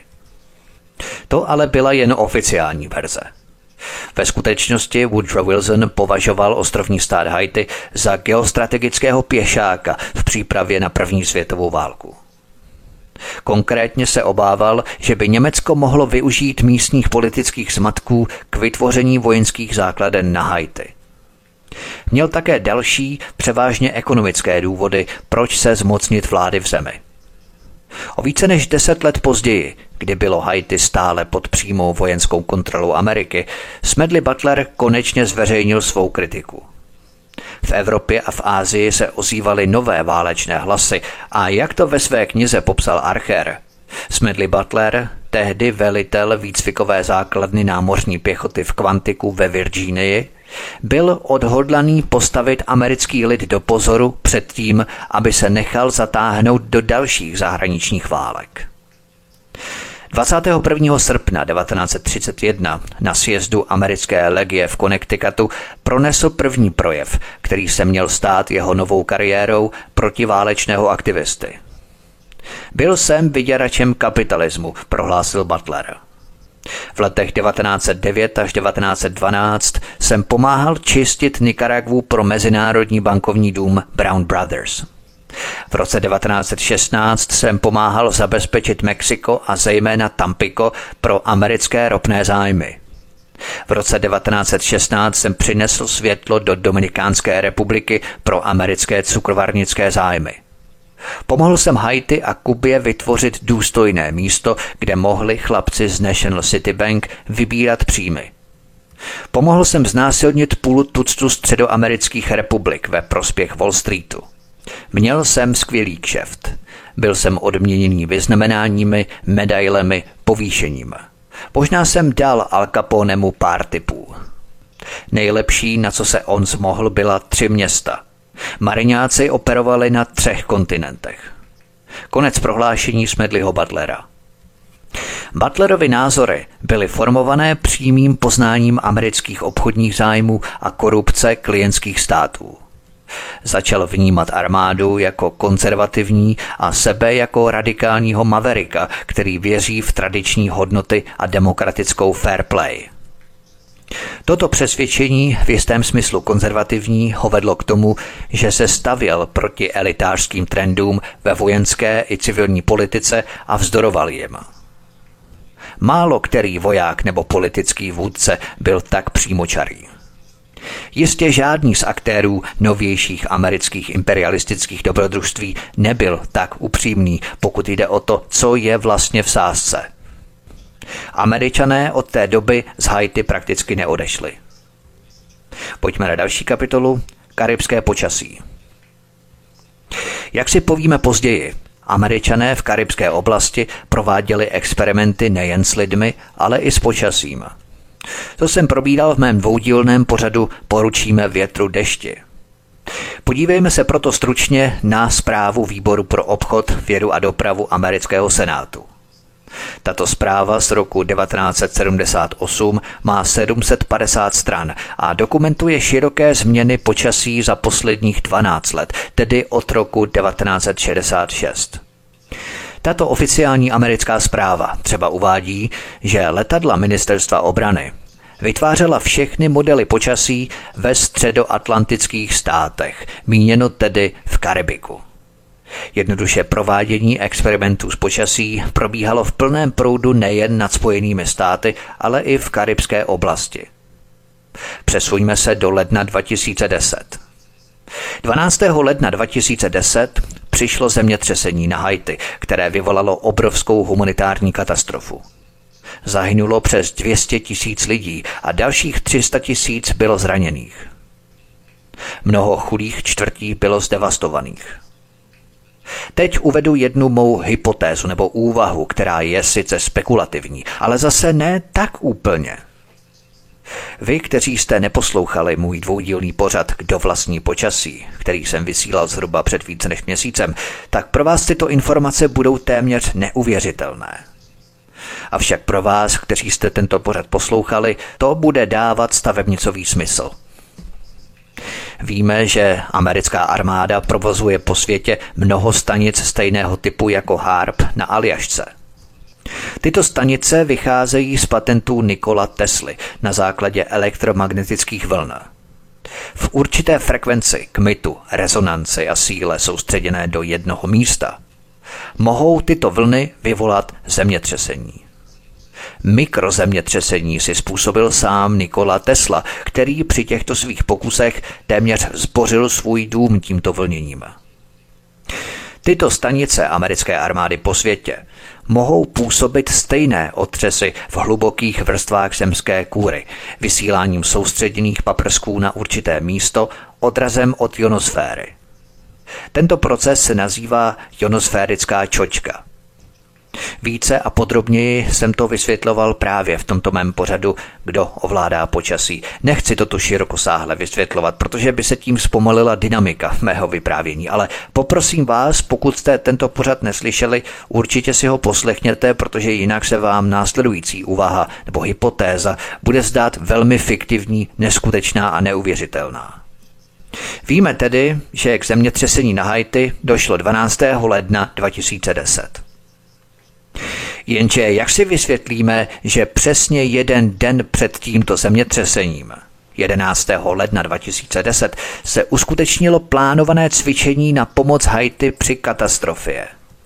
To ale byla jen oficiální verze. Ve skutečnosti Woodrow Wilson považoval ostrovní stát Haiti za geostrategického pěšáka v přípravě na první světovou válku. Konkrétně se obával, že by Německo mohlo využít místních politických zmatků k vytvoření vojenských základen na Haiti. Měl také další, převážně ekonomické důvody, proč se zmocnit vlády v zemi. O více než 10 let později, kdy bylo Haiti stále pod přímou vojenskou kontrolou Ameriky, Smedley Butler konečně zveřejnil svou kritiku. V Evropě a v Asii se ozývaly nové válečné hlasy a jak to ve své knize popsal Archer, Smedley Butler, tehdy velitel výcvikové základny námořní pěchoty v Quanticu ve Virginii, byl odhodlaný postavit americký lid do pozoru před tím, aby se nechal zatáhnout do dalších zahraničních válek. 21. srpna 1931 na sjezdu americké legie v Connecticutu pronesl první projev, který se měl stát jeho novou kariérou protiválečného aktivisty. Byl jsem vyděračem kapitalismu, prohlásil Butler. V letech 1909 až 1912 jsem pomáhal čistit Nikaragvu pro mezinárodní bankovní dům Brown Brothers. V roce 1916 jsem pomáhal zabezpečit Mexiko a zejména Tampico pro americké ropné zájmy. V roce 1916 jsem přinesl světlo do Dominikánské republiky pro americké cukrovarnické zájmy. Pomohl jsem Haiti a Kubě vytvořit důstojné místo, kde mohli chlapci z National City Bank vybírat příjmy. Pomohl jsem znásilnit půl tuctu středoamerických republik ve prospěch Wall Streetu. Měl jsem skvělý kšeft. Byl jsem odměněný vyznamenáními, medailemi, povýšením. Možná jsem dal Al Caponemu pár tipů. Nejlepší, na co se on zmohl, byla 3 města. Mariňáci operovali na 3 kontinentech. Konec prohlášení Smedleyho Butlera. Butlerovy názory byly formované přímým poznáním amerických obchodních zájmů a korupce klientských států. Začal vnímat armádu jako konzervativní a sebe jako radikálního maverika, který věří v tradiční hodnoty a demokratickou fair play. Toto přesvědčení, v jistém smyslu konzervativní, ho vedlo k tomu, že se stavěl proti elitářským trendům ve vojenské i civilní politice a vzdoroval jim. Málo který voják nebo politický vůdce byl tak přímočarý. Jistě žádný z aktérů novějších amerických imperialistických dobrodružství nebyl tak upřímný, pokud jde o to, co je vlastně v sázce. Američané od té doby z Haiti prakticky neodešli. Pojďme na další kapitolu, karibské počasí. Jak si povíme později, Američané v karibské oblasti prováděli experimenty nejen s lidmi, ale i s počasím. To jsem probíral v mém dvoudílném pořadu Poručíme větru dešti. Podívejme se proto stručně na zprávu Výboru pro obchod, vědu a dopravu amerického senátu. Tato zpráva z roku 1978 má 750 stran a dokumentuje široké změny počasí za posledních 12 let, tedy od roku 1966. Tato oficiální americká zpráva třeba uvádí, že letadla ministerstva obrany vytvářela všechny modely počasí ve středoatlantických státech, míněno tedy v Karibiku. Jednoduše provádění experimentů s počasí probíhalo v plném proudu nejen nad Spojenými státy, ale i v karibské oblasti. Přesuňme se do ledna 2010. 12. ledna 2010 přišlo zemětřesení na Haiti, které vyvolalo obrovskou humanitární katastrofu. Zahynulo přes 200 000 lidí a dalších 300 000 bylo zraněných. Mnoho chudých čtvrtí bylo zdevastovaných. Teď uvedu jednu mou hypotézu nebo úvahu, která je sice spekulativní, ale zase ne tak úplně. Vy, kteří jste neposlouchali můj dvoudílný pořad Kdo vlastní počasí, který jsem vysílal zhruba před více než měsícem, tak pro vás tyto informace budou téměř neuvěřitelné. Avšak pro vás, kteří jste tento pořad poslouchali, to bude dávat stavebnicový smysl. Víme, že americká armáda provozuje po světě mnoho stanic stejného typu jako HAARP na Aljašce. Tyto stanice vycházejí z patentů Nikola Tesly na základě elektromagnetických vln. V určité frekvenci, kmitu, rezonanci a síle soustředěné do jednoho místa mohou tyto vlny vyvolat zemětřesení. Mikrozemětřesení si způsobil sám Nikola Tesla, který při těchto svých pokusech téměř zbořil svůj dům tímto vlněním. Tyto stanice americké armády po světě mohou působit stejné otřesy v hlubokých vrstvách zemské kůry, vysíláním soustředěných paprsků na určité místo odrazem od ionosféry. Tento proces se nazývá ionosférická čočka. Více a podrobněji jsem to vysvětloval právě v tomto mém pořadu Kdo ovládá počasí. Nechci toto širokosáhle vysvětlovat, protože by se tím zpomalila dynamika mého vyprávění, ale poprosím vás, pokud jste tento pořad neslyšeli, určitě si ho poslechněte, protože jinak se vám následující úvaha nebo hypotéza bude zdát velmi fiktivní, neskutečná a neuvěřitelná. Víme tedy, že k zemětřesení na Haiti došlo 12. ledna 2010. Jenže jak si vysvětlíme, že přesně jeden den před tímto zemětřesením, 11. ledna 2010, se uskutečnilo plánované cvičení na pomoc Haiti při katastrofě.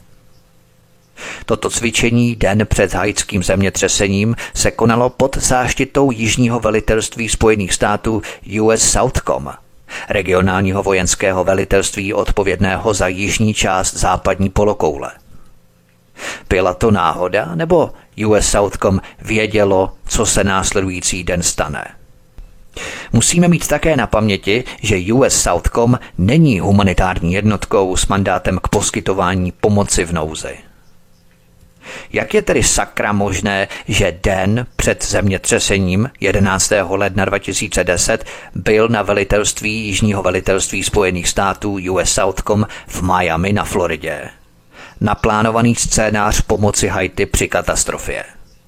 Toto cvičení den před haitským zemětřesením se konalo pod záštitou Jižního velitelství Spojených států US Southcom, regionálního vojenského velitelství odpovědného za jižní část západní polokoule. Byla to náhoda, nebo US Southcom vědělo, co se následující den stane? Musíme mít také na paměti, že US Southcom není humanitární jednotkou s mandátem k poskytování pomoci v nouzi. Jak je tedy sakra možné, že den před zemětřesením 11. ledna 2010 byl na velitelství Jižního velitelství Spojených států US Southcom v Miami na Floridě naplánovaný scénář pomoci Haiti při katastrofě?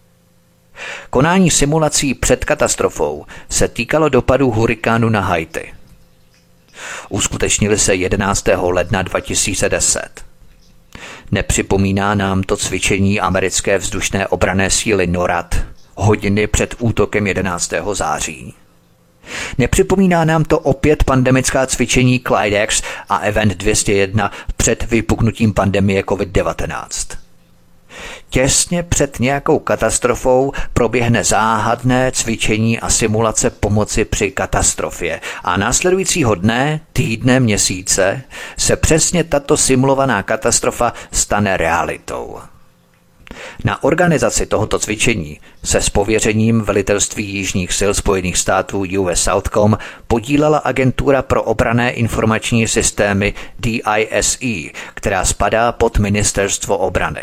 Konání simulací před katastrofou se týkalo dopadů hurikánu na Haiti. Uskutečnily se 11. ledna 2010. Nepřipomíná nám to cvičení americké vzdušné obranné síly NORAD hodiny před útokem 11. září. Nepřipomíná nám to opět pandemická cvičení Clydex a Event 201 před vypuknutím pandemie COVID-19. Těsně před nějakou katastrofou proběhne záhadné cvičení a simulace pomoci při katastrofě a následujícího dne, týdne, měsíce se přesně tato simulovaná katastrofa stane realitou. Na organizaci tohoto cvičení se s pověřením velitelství Jižních sil Spojených států US Southcom podílela agentura pro obranné informační systémy DISE, která spadá pod Ministerstvo obrany.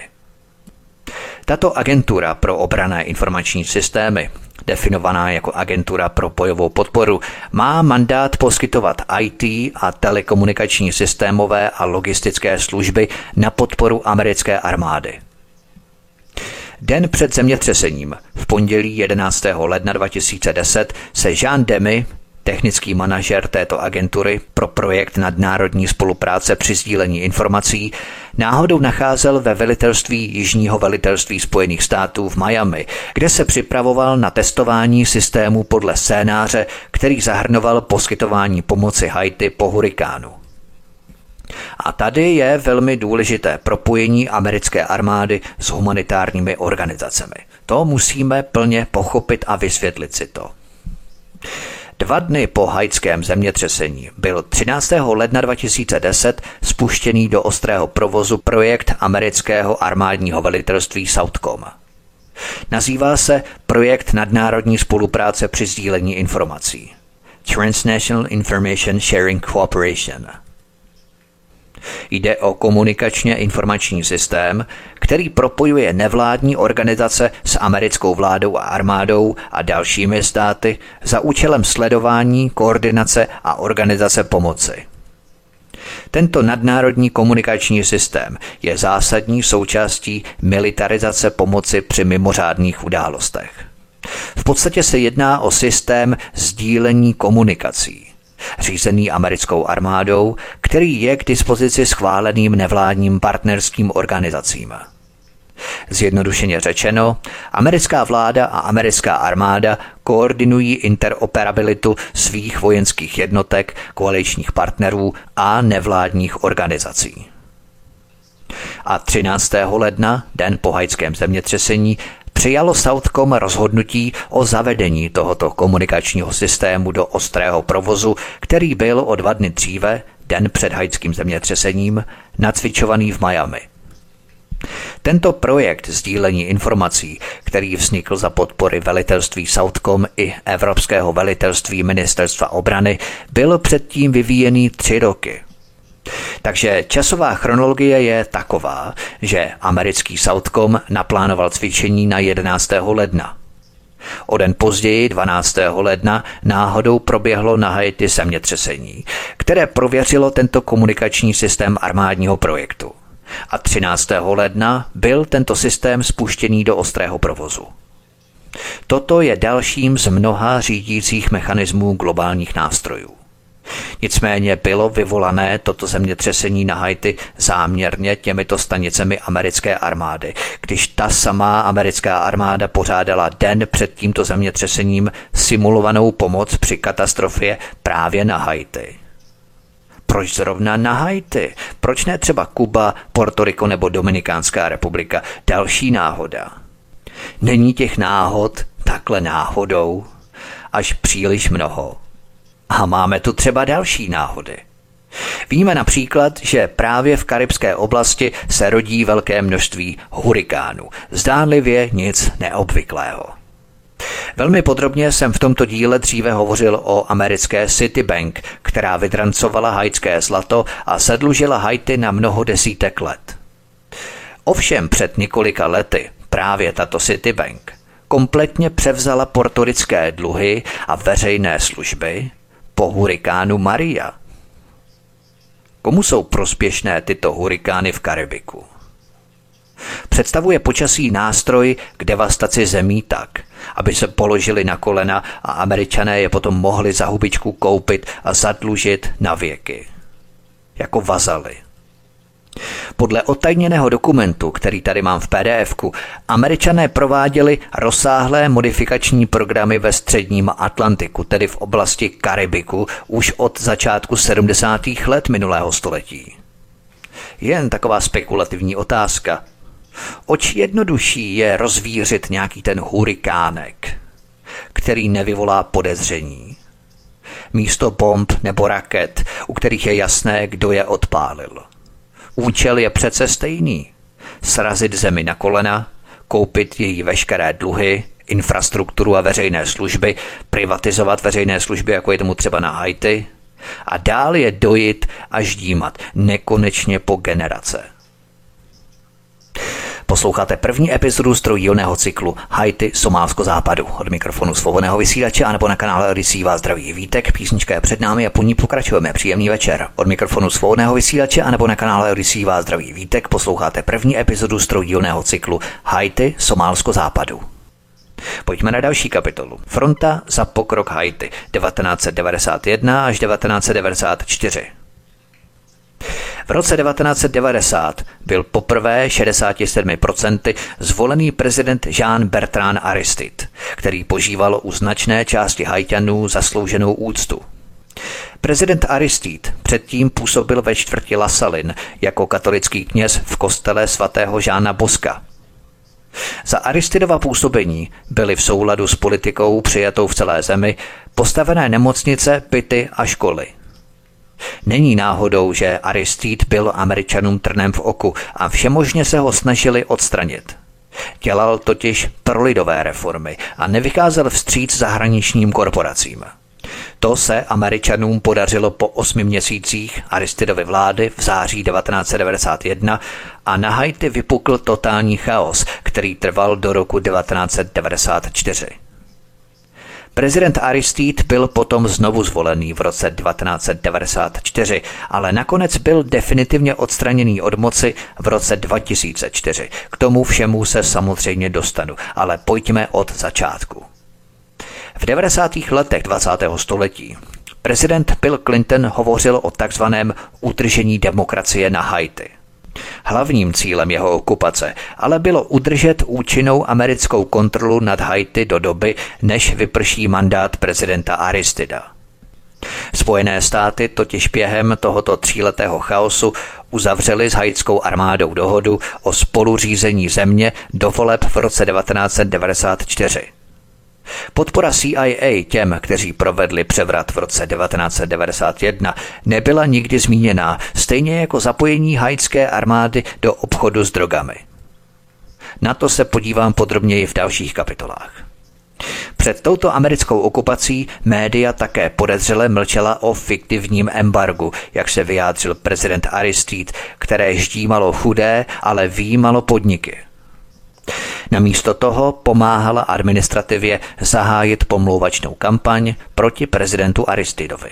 Tato agentura pro obranné informační systémy, definovaná jako agentura pro bojovou podporu, má mandát poskytovat IT a telekomunikační systémové a logistické služby na podporu americké armády. Den před zemětřesením, v pondělí 11. ledna 2010, se Jean Demy, technický manažer této agentury pro projekt nadnárodní spolupráce při sdílení informací, náhodou nacházel ve velitelství Jižního velitelství Spojených států v Miami, kde se připravoval na testování systému podle scénáře, který zahrnoval poskytování pomoci Haiti po hurikánu. A tady je velmi důležité propojení americké armády s humanitárními organizacemi. To musíme plně pochopit a vysvětlit si to. 2 dny po haitském zemětřesení byl 13. ledna 2010 spuštěný do ostrého provozu projekt amerického armádního velitelství Southcom. Nazývá se Projekt nadnárodní spolupráce při sdílení informací. Transnational Information Sharing Cooperation. Jde o komunikačně informační systém, který propojuje nevládní organizace s americkou vládou a armádou a dalšími státy za účelem sledování, koordinace a organizace pomoci. Tento nadnárodní komunikační systém je zásadní součástí militarizace pomoci při mimořádných událostech. V podstatě se jedná o systém sdílení komunikací, řízený americkou armádou, který je k dispozici schváleným nevládním partnerským organizacím. Zjednodušeně řečeno, americká vláda a americká armáda koordinují interoperabilitu svých vojenských jednotek, koaličních partnerů a nevládních organizací. A 13. ledna, den po haitském zemětřesení, přijalo Southcom rozhodnutí o zavedení tohoto komunikačního systému do ostrého provozu, který byl o 2 dny dříve, den před haitským zemětřesením, nacvičovaný v Miami. Tento projekt sdílení informací, který vznikl za podpory velitelství Southcom i Evropského velitelství Ministerstva obrany, byl předtím vyvíjený 3 roky. Takže časová chronologie je taková, že americký Southcom naplánoval cvičení na 11. ledna. O den později, 12. ledna, náhodou proběhlo na Haiti zemětřesení, které prověřilo tento komunikační systém armádního projektu. A 13. ledna byl tento systém spuštěný do ostrého provozu. Toto je dalším z mnoha řídících mechanismů globálních nástrojů. Nicméně bylo vyvolané toto zemětřesení na Haiti záměrně těmito stanicemi americké armády, když ta samá americká armáda pořádala den před tímto zemětřesením simulovanou pomoc při katastrofě právě na Haiti. Proč zrovna na Haiti? Proč ne třeba Kuba, Portoriko nebo Dominikánská republika? Další náhoda. Není těch náhod takhle náhodou až příliš mnoho. A máme tu třeba další náhody. Víme například, že právě v karibské oblasti se rodí velké množství hurikánů. Zdánlivě nic neobvyklého. Velmi podrobně jsem v tomto díle dříve hovořil o americké Citibank, která vydrancovala haitské zlato a zadlužila Haiti na mnoho desítek let. Ovšem před několika lety právě tato Citibank kompletně převzala portorické dluhy a veřejné služby po hurikánu Maria. Komu jsou prospěšné tyto hurikány v Karibiku? Představuje počasí nástroj k devastaci zemí tak, aby se položili na kolena a Američané je potom mohli za hubičku koupit a zadlužit na věky. Jako vazaly. Podle odtajněného dokumentu, který tady mám v PDF-ku, Američané prováděli rozsáhlé modifikační programy ve středním Atlantiku, tedy v oblasti Karibiku, už od začátku 70. let minulého století. Jen taková spekulativní otázka. Oč jednodušší je rozvířit nějaký ten hurikánek, který nevyvolá podezření, místo bomb nebo raket, u kterých je jasné, kdo je odpálil. Účel je přece stejný. Srazit zemi na kolena, koupit její veškeré dluhy, infrastrukturu a veřejné služby, privatizovat veřejné služby, jako je tomu třeba na Haiti, a dál je dojit a ždímat, nekonečně po generace. Posloucháte první epizodu z trojdílného cyklu Haiti, Somálsko, Západu. Od mikrofonu svobodného vysílače anebo na kanále Odyssey vás zdraví Vítek, písnička je před námi a po ní pokračujeme. Příjemný večer. Od mikrofonu svobodného vysílače anebo na kanále Odyssey vás zdraví Vítek, posloucháte první epizodu z trojdílného cyklu Haiti, Somálsko, Západu. Pojďme na další kapitolu. Fronta za pokrok Haiti 1991 až 1994. V roce 1990 byl poprvé 67% zvolený prezident Jean-Bertrand Aristide, který požíval u značné části Haitianů zaslouženou úctu. Prezident Aristide předtím působil ve čtvrti La Saline jako katolický kněz v kostele svatého Žána Boska. Za Aristidova působení byly v souladu s politikou přijatou v celé zemi postavené nemocnice, byty a školy. Není náhodou, že Aristide byl Američanům trnem v oku a všemožně se ho snažili odstranit. Dělal totiž prolidové reformy a nevycházel vstříc zahraničním korporacím. To se Američanům podařilo po 8 měsících Aristidovy vlády v září 1991 a na Haiti vypukl totální chaos, který trval do roku 1994. Prezident Aristide byl potom znovu zvolený v roce 1994, ale nakonec byl definitivně odstraněný od moci v roce 2004. K tomu všemu se samozřejmě dostanu, ale pojďme od začátku. V 90. letech 20. století prezident Bill Clinton hovořil o takzvaném udržení demokracie na Haiti. Hlavním cílem jeho okupace ale bylo udržet účinnou americkou kontrolu nad Haiti do doby, než vyprší mandát prezidenta Aristida. Spojené státy totiž během tohoto 3letého chaosu uzavřely s haitskou armádou dohodu o spoluřízení země do voleb v roce 1994. Podpora CIA těm, kteří provedli převrat v roce 1991, nebyla nikdy zmíněná, stejně jako zapojení haitské armády do obchodu s drogami. Na to se podívám podrobněji v dalších kapitolách. Před touto americkou okupací média také podezřele mlčela o fiktivním embargu, jak se vyjádřil prezident Aristide, které ždímalo chudé, ale vyjímalo podniky. Namísto toho pomáhala administrativě zahájit pomlouvačnou kampaň proti prezidentu Aristidovi.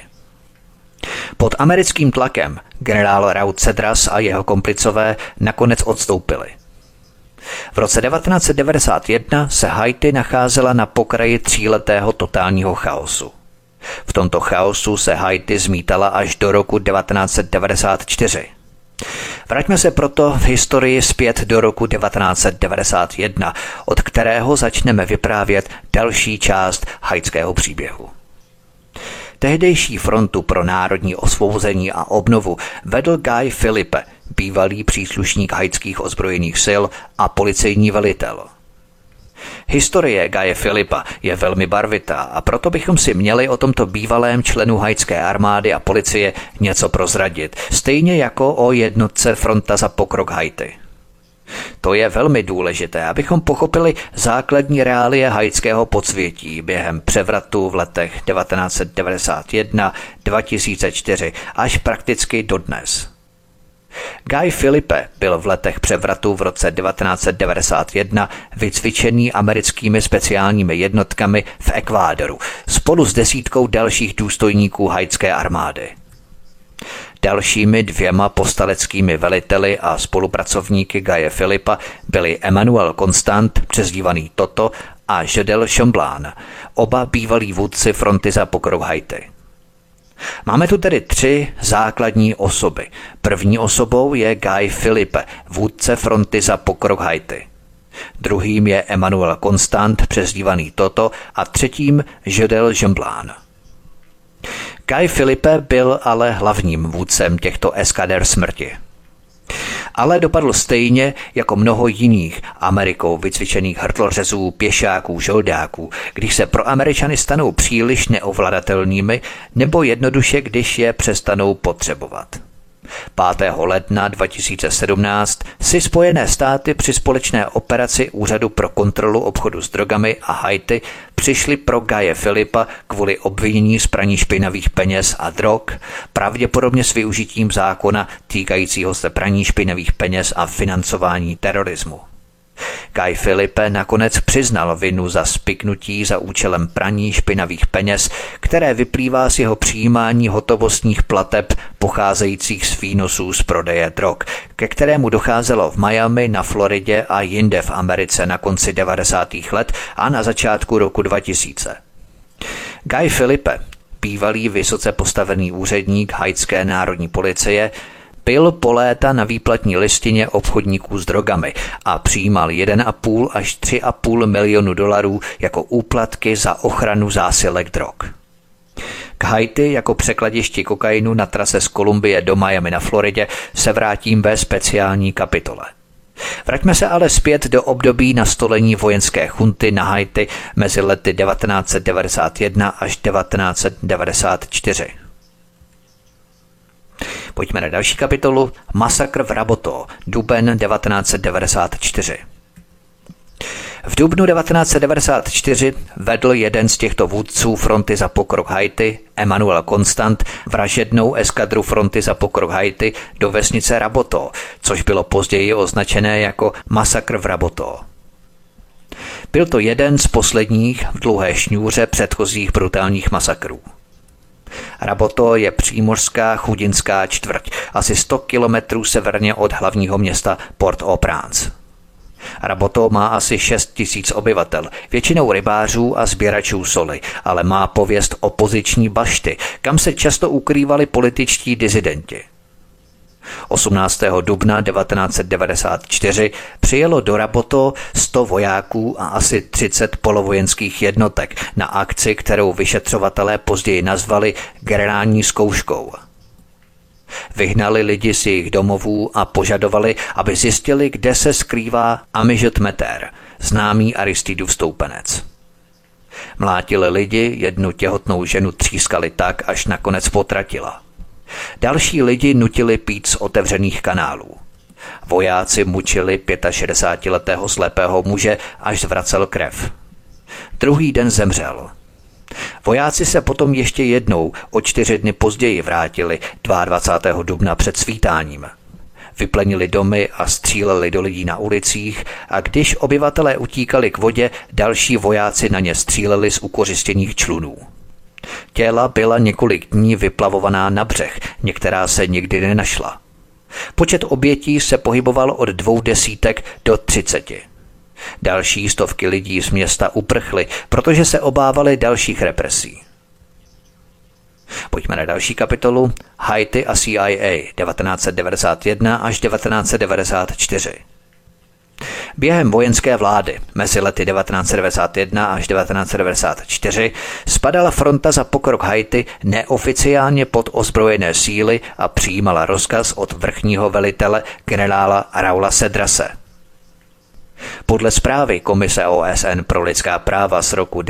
Pod americkým tlakem generál Raul Cedras a jeho komplicové nakonec odstoupili. V roce 1991 se Haiti nacházela na pokraji 3letého totálního chaosu. V tomto chaosu se Haiti zmítala až do roku 1994. Vraťme se proto v historii zpět do roku 1991, od kterého začneme vyprávět další část haitského příběhu. Tehdejší frontu pro národní osvobození a obnovu vedl Guy Philippe, bývalý příslušník haitských ozbrojených sil a policejní velitel. Historie Guye Philippa je velmi barvitá a proto bychom si měli o tomto bývalém členu haitské armády a policie něco prozradit, stejně jako o jednotce Fronta za pokrok Haiti. To je velmi důležité, abychom pochopili základní reálie haitského podsvětí během převratu v letech 1991, 2004 až prakticky dodnes. Guy Philippe byl v letech převratu v roce 1991 vycvičený americkými speciálními jednotkami v Ekvádoru spolu s 10 dalších důstojníků haitské armády. Dalšími 2 povstaleckými veliteli a spolupracovníky Guye Philippa byli Emmanuel Constant, přezdívaný Toto, a Jodel Chamblain, oba bývalí vůdci fronty za pokrok Haiti. Máme tu tedy 3 základní osoby. První osobou je Guy Philippe, vůdce fronty za pokrok Haiti. Druhým je Emmanuel Constant, přezdívaný Toto, a třetím Jodel Chamblain. Guy Philippe byl ale hlavním vůdcem těchto eskader smrti. Ale dopadl stejně jako mnoho jiných Amerikou vycvičených hrdlořezů, pěšáků, žoldáků, když se pro Američany stanou příliš neovladatelnými nebo jednoduše, když je přestanou potřebovat. 5. ledna 2017 si Spojené státy při společné operaci Úřadu pro kontrolu obchodu s drogami a Haiti přišli pro Guye Philippa kvůli obvinění z praní špinavých peněz a drog, pravděpodobně s využitím zákona týkajícího se praní špinavých peněz a financování terorismu. Guy Philippe nakonec přiznal vinu za spiknutí za účelem praní špinavých peněz, které vyplývá z jeho přijímání hotovostních plateb pocházejících z výnosů z prodeje drog, ke kterému docházelo v Miami, na Floridě a jinde v Americe na konci 90. let a na začátku roku 2000. Guy Philippe, bývalý vysoce postavený úředník haitské národní policie, byl po léta na výplatní listině obchodníků s drogami a přijímal 1,5 až 3,5 milionu dolarů jako úplatky za ochranu zásilek drog. K Haiti jako překladišti kokainu na trase z Kolumbie do Miami na Floridě se vrátím ve speciální kapitole. Vraťme se ale zpět do období nastolení vojenské chunty na Haiti mezi lety 1991 až 1994. Pojďme na další kapitolu. Masakr v Raboto, duben 1994. V dubnu 1994 vedl jeden z těchto vůdců fronty za pokrok Haiti, Emmanuel Constant, vražednou eskadru fronty za pokrok Haiti do vesnice Raboto, což bylo později označené jako masakr v Raboto. Byl to jeden z posledních v dlouhé šňůře předchozích brutálních masakrů. Raboto je přímořská chudinská čtvrť, asi 100 kilometrů severně od hlavního města Port-au-Prince. Raboto má asi 6 000 obyvatel, většinou rybářů a sběračů soli, ale má pověst opoziční bašty, kam se často ukrývali političtí disidenti. 18. dubna 1994 přijelo do Raboto 100 vojáků a asi 30 polovojenských jednotek na akci, kterou vyšetřovatelé později nazvali generální zkouškou. Vyhnali lidi z jejich domovů a požadovali, aby zjistili, kde se skrývá Amijot Meter, známý Aristidův stoupenec. Mlátili lidi, jednu těhotnou ženu třískali tak, až nakonec potratila. Další lidi nutili pít z otevřených kanálů. Vojáci mučili 65letého slepého muže, až zvracel krev. Druhý den zemřel. Vojáci se potom ještě jednou o 4 dny později vrátili 22. dubna před svítáním. Vyplenili domy a stříleli do lidí na ulicích a když obyvatelé utíkali k vodě, další vojáci na ně stříleli z ukořistěných člunů. Těla byla několik dní vyplavovaná na břeh, některá se nikdy nenašla. Počet obětí se pohyboval od 200 do 30. Další stovky lidí z města uprchly, protože se obávali dalších represí. Pojďme na další kapitolu. Haiti a CIA 1991 až 1994. Během vojenské vlády mezi lety 1991 až 1994 spadala fronta za pokrok Haiti neoficiálně pod ozbrojené síly a přijímala rozkaz od vrchního velitele generála Raula Cedrase. Podle zprávy Komise OSN pro lidská práva z roku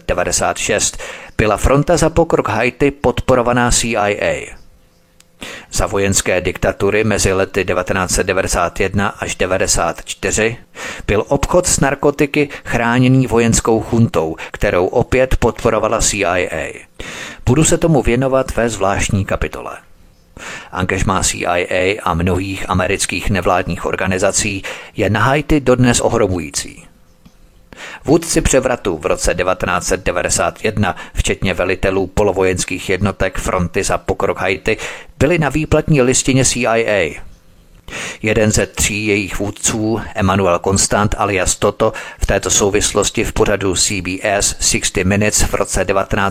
1996 byla fronta za pokrok Haiti podporovaná CIA. Za vojenské diktatury mezi lety 1991 až 1994 byl obchod s narkotiky chráněný vojenskou chuntou, kterou opět podporovala CIA. Budu se tomu věnovat ve zvláštní kapitole. Angažmá CIA a mnohých amerických nevládních organizací je na Haiti dodnes ohromující. Vůdci převratu v roce 1991, včetně velitelů polovojenských jednotek Fronty za pokrok Haiti, byli na výplatní listině CIA. Jeden ze 3 jejich vůdců, Emmanuel Constant alias Toto, v této souvislosti v pořadu CBS 60 Minutes v roce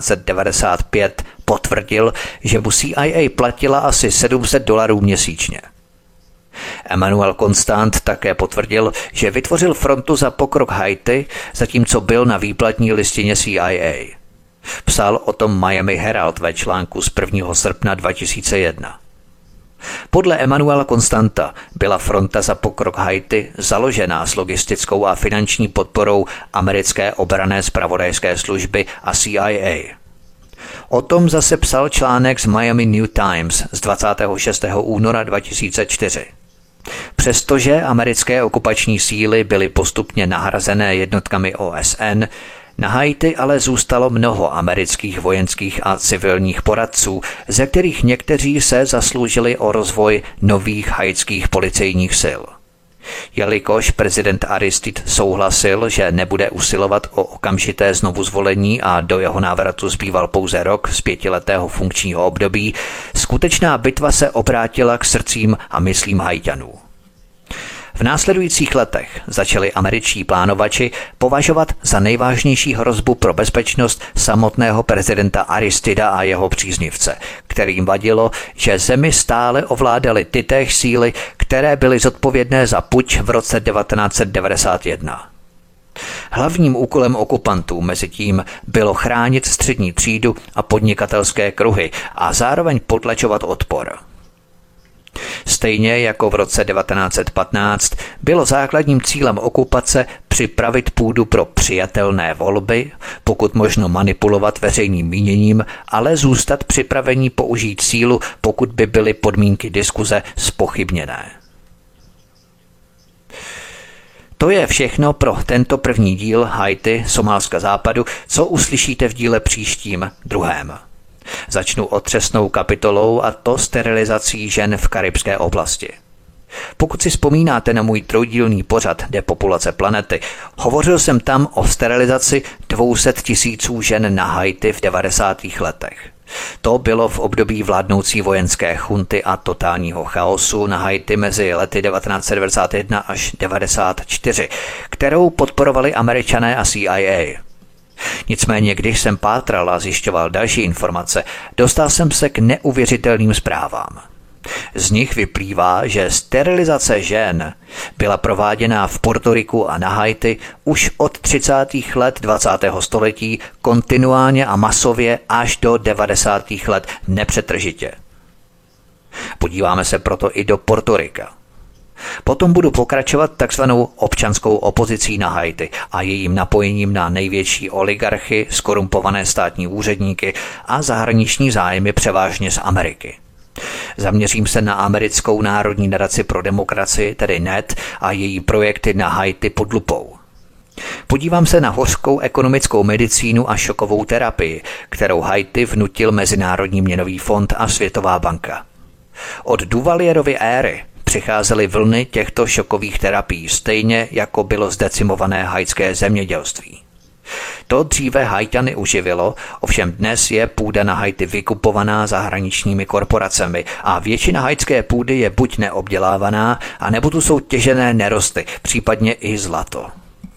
1995 potvrdil, že mu CIA platila asi $700 měsíčně. Emmanuel Constant také potvrdil, že vytvořil Frontu za pokrok Haiti, zatímco byl na výplatní listině CIA. Psal o tom Miami Herald ve článku z 1. srpna 2001. Podle Emmanuela Constanta byla Fronta za pokrok Haiti založená s logistickou a finanční podporou americké obranné zpravodajské služby a CIA. O tom zase psal článek z Miami New Times z 26. února 2004. Přestože americké okupační síly byly postupně nahrazené jednotkami OSN, na Haiti ale zůstalo mnoho amerických vojenských a civilních poradců, ze kterých někteří se zasloužili o rozvoj nových haitských policejních sil. Jelikož prezident Aristide souhlasil, že nebude usilovat o okamžité znovuzvolení a do jeho návratu zbýval pouze rok z 5letého funkčního období, skutečná bitva se obrátila k srdcím a myslím Haiťanů. V následujících letech začali američtí plánovači považovat za nejvážnější hrozbu pro bezpečnost samotného prezidenta Aristida a jeho příznivce, kterým vadilo, že zemi stále ovládaly tytéž síly, které byly zodpovědné za puč v roce 1991. Hlavním úkolem okupantů mezitím bylo chránit střední třídu a podnikatelské kruhy a zároveň potlačovat odpor. Stejně jako v roce 1915 bylo základním cílem okupace připravit půdu pro přijatelné volby, pokud možno manipulovat veřejným míněním, ale zůstat připravení použít sílu, pokud by byly podmínky diskuze zpochybněné. To je všechno pro tento první díl Haiti, Somálska západu, co uslyšíte v díle příštím, druhém. Začnu otřesnou kapitolou, a to sterilizací žen v karibské oblasti. Pokud si vzpomínáte na můj trojdílný pořad Depopulace planety, hovořil jsem tam o sterilizaci 200 000 žen na Haiti v 90. letech. To bylo v období vládnoucí vojenské chunty a totálního chaosu na Haiti mezi lety 1991 až 1994, kterou podporovali Američané a CIA. Nicméně, když jsem pátral a zjišťoval další informace, dostal jsem se k neuvěřitelným zprávám. Z nich vyplývá, že sterilizace žen byla prováděna v Portoriku a na Haiti už od 30. let 20. století kontinuálně a masově až do 90. let nepřetržitě. Podíváme se proto i do Portorika. Potom budu pokračovat takzvanou občanskou opozicí na Haiti a jejím napojením na největší oligarchy, skorumpované státní úředníky a zahraniční zájmy převážně z Ameriky. Zaměřím se na americkou národní nadaci pro demokracii, tedy NED, a její projekty na Haiti pod lupou. Podívám se na hořkou ekonomickou medicínu a šokovou terapii, kterou Haiti vnutil Mezinárodní měnový fond a Světová banka. Od Duvalierovy éry přicházely vlny těchto šokových terapií, stejně jako bylo zdecimované haitské zemědělství. To dříve Haitiany uživilo, ovšem dnes je půda na Haiti vykupovaná zahraničními korporacemi a většina haitské půdy je buď neobdělávaná, anebo tu jsou těžené nerosty, případně i zlato.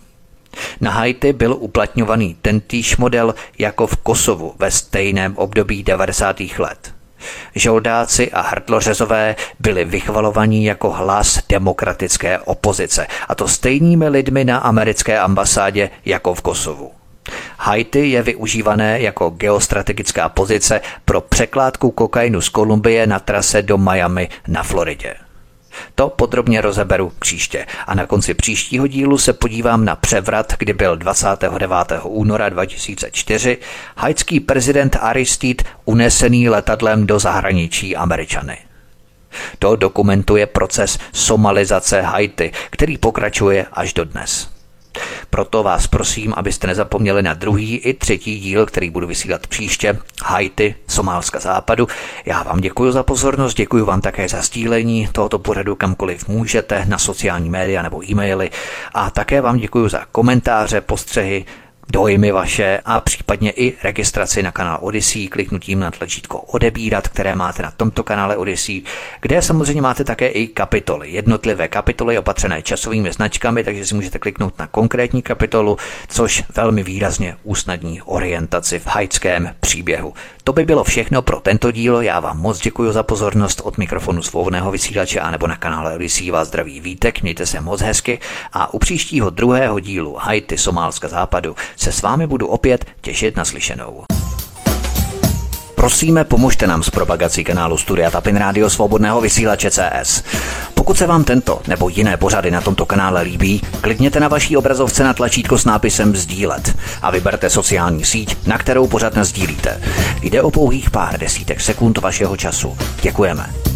Na Haiti byl uplatňovaný tentýž model jako v Kosovu ve stejném období 90. let. Žoldáci a hrdlořezové byli vychvalovaní jako hlas demokratické opozice, a to stejnými lidmi na americké ambasádě jako v Kosovu. Haiti je využívané jako geostrategická pozice pro překládku kokainu z Kolumbie na trase do Miami na Floridě. To podrobně rozeberu příště a na konci příštího dílu se podívám na převrat, kdy byl 29. února 2004 haitský prezident Aristide unesený letadlem do zahraničí Američany. To dokumentuje proces somalizace Haiti, který pokračuje až dodnes. Proto vás prosím, abyste nezapomněli na druhý i třetí díl, který budu vysílat příště, Haiti, Somálska západu. Já vám děkuji za pozornost, děkuji vám také za sdílení tohoto pořadu kamkoliv můžete na sociální média nebo e-maily a také vám děkuji za komentáře, postřehy, dojmy vaše a případně i registraci na kanál Odyssey kliknutím na tlačítko odebírat, které máte na tomto kanále Odyssey, kde samozřejmě máte také i kapitoly, jednotlivé kapitoly opatřené časovými značkami, takže si můžete kliknout na konkrétní kapitolu, což velmi výrazně usnadní orientaci v haitském příběhu. To by bylo všechno pro tento díl, já vám moc děkuji za pozornost, od mikrofonu svobodného vysílače a nebo na kanále Odyssey vás zdraví Vítek, mějte se moc hezky a u příštího druhého dílu Haiti, Somálska západu se s vámi budu opět těšit na slyšenou. Prosíme, pomožte nám s propagací kanálu Studia Tapin Rádio Svobodného vysílače CS. Pokud se vám tento nebo jiné pořady na tomto kanále líbí, klikněte na vaší obrazovce na tlačítko s nápisem sdílet a vyberte sociální síť, na kterou pořad nasdílíte. Jde o pouhých pár desítek sekund vašeho času. Děkujeme.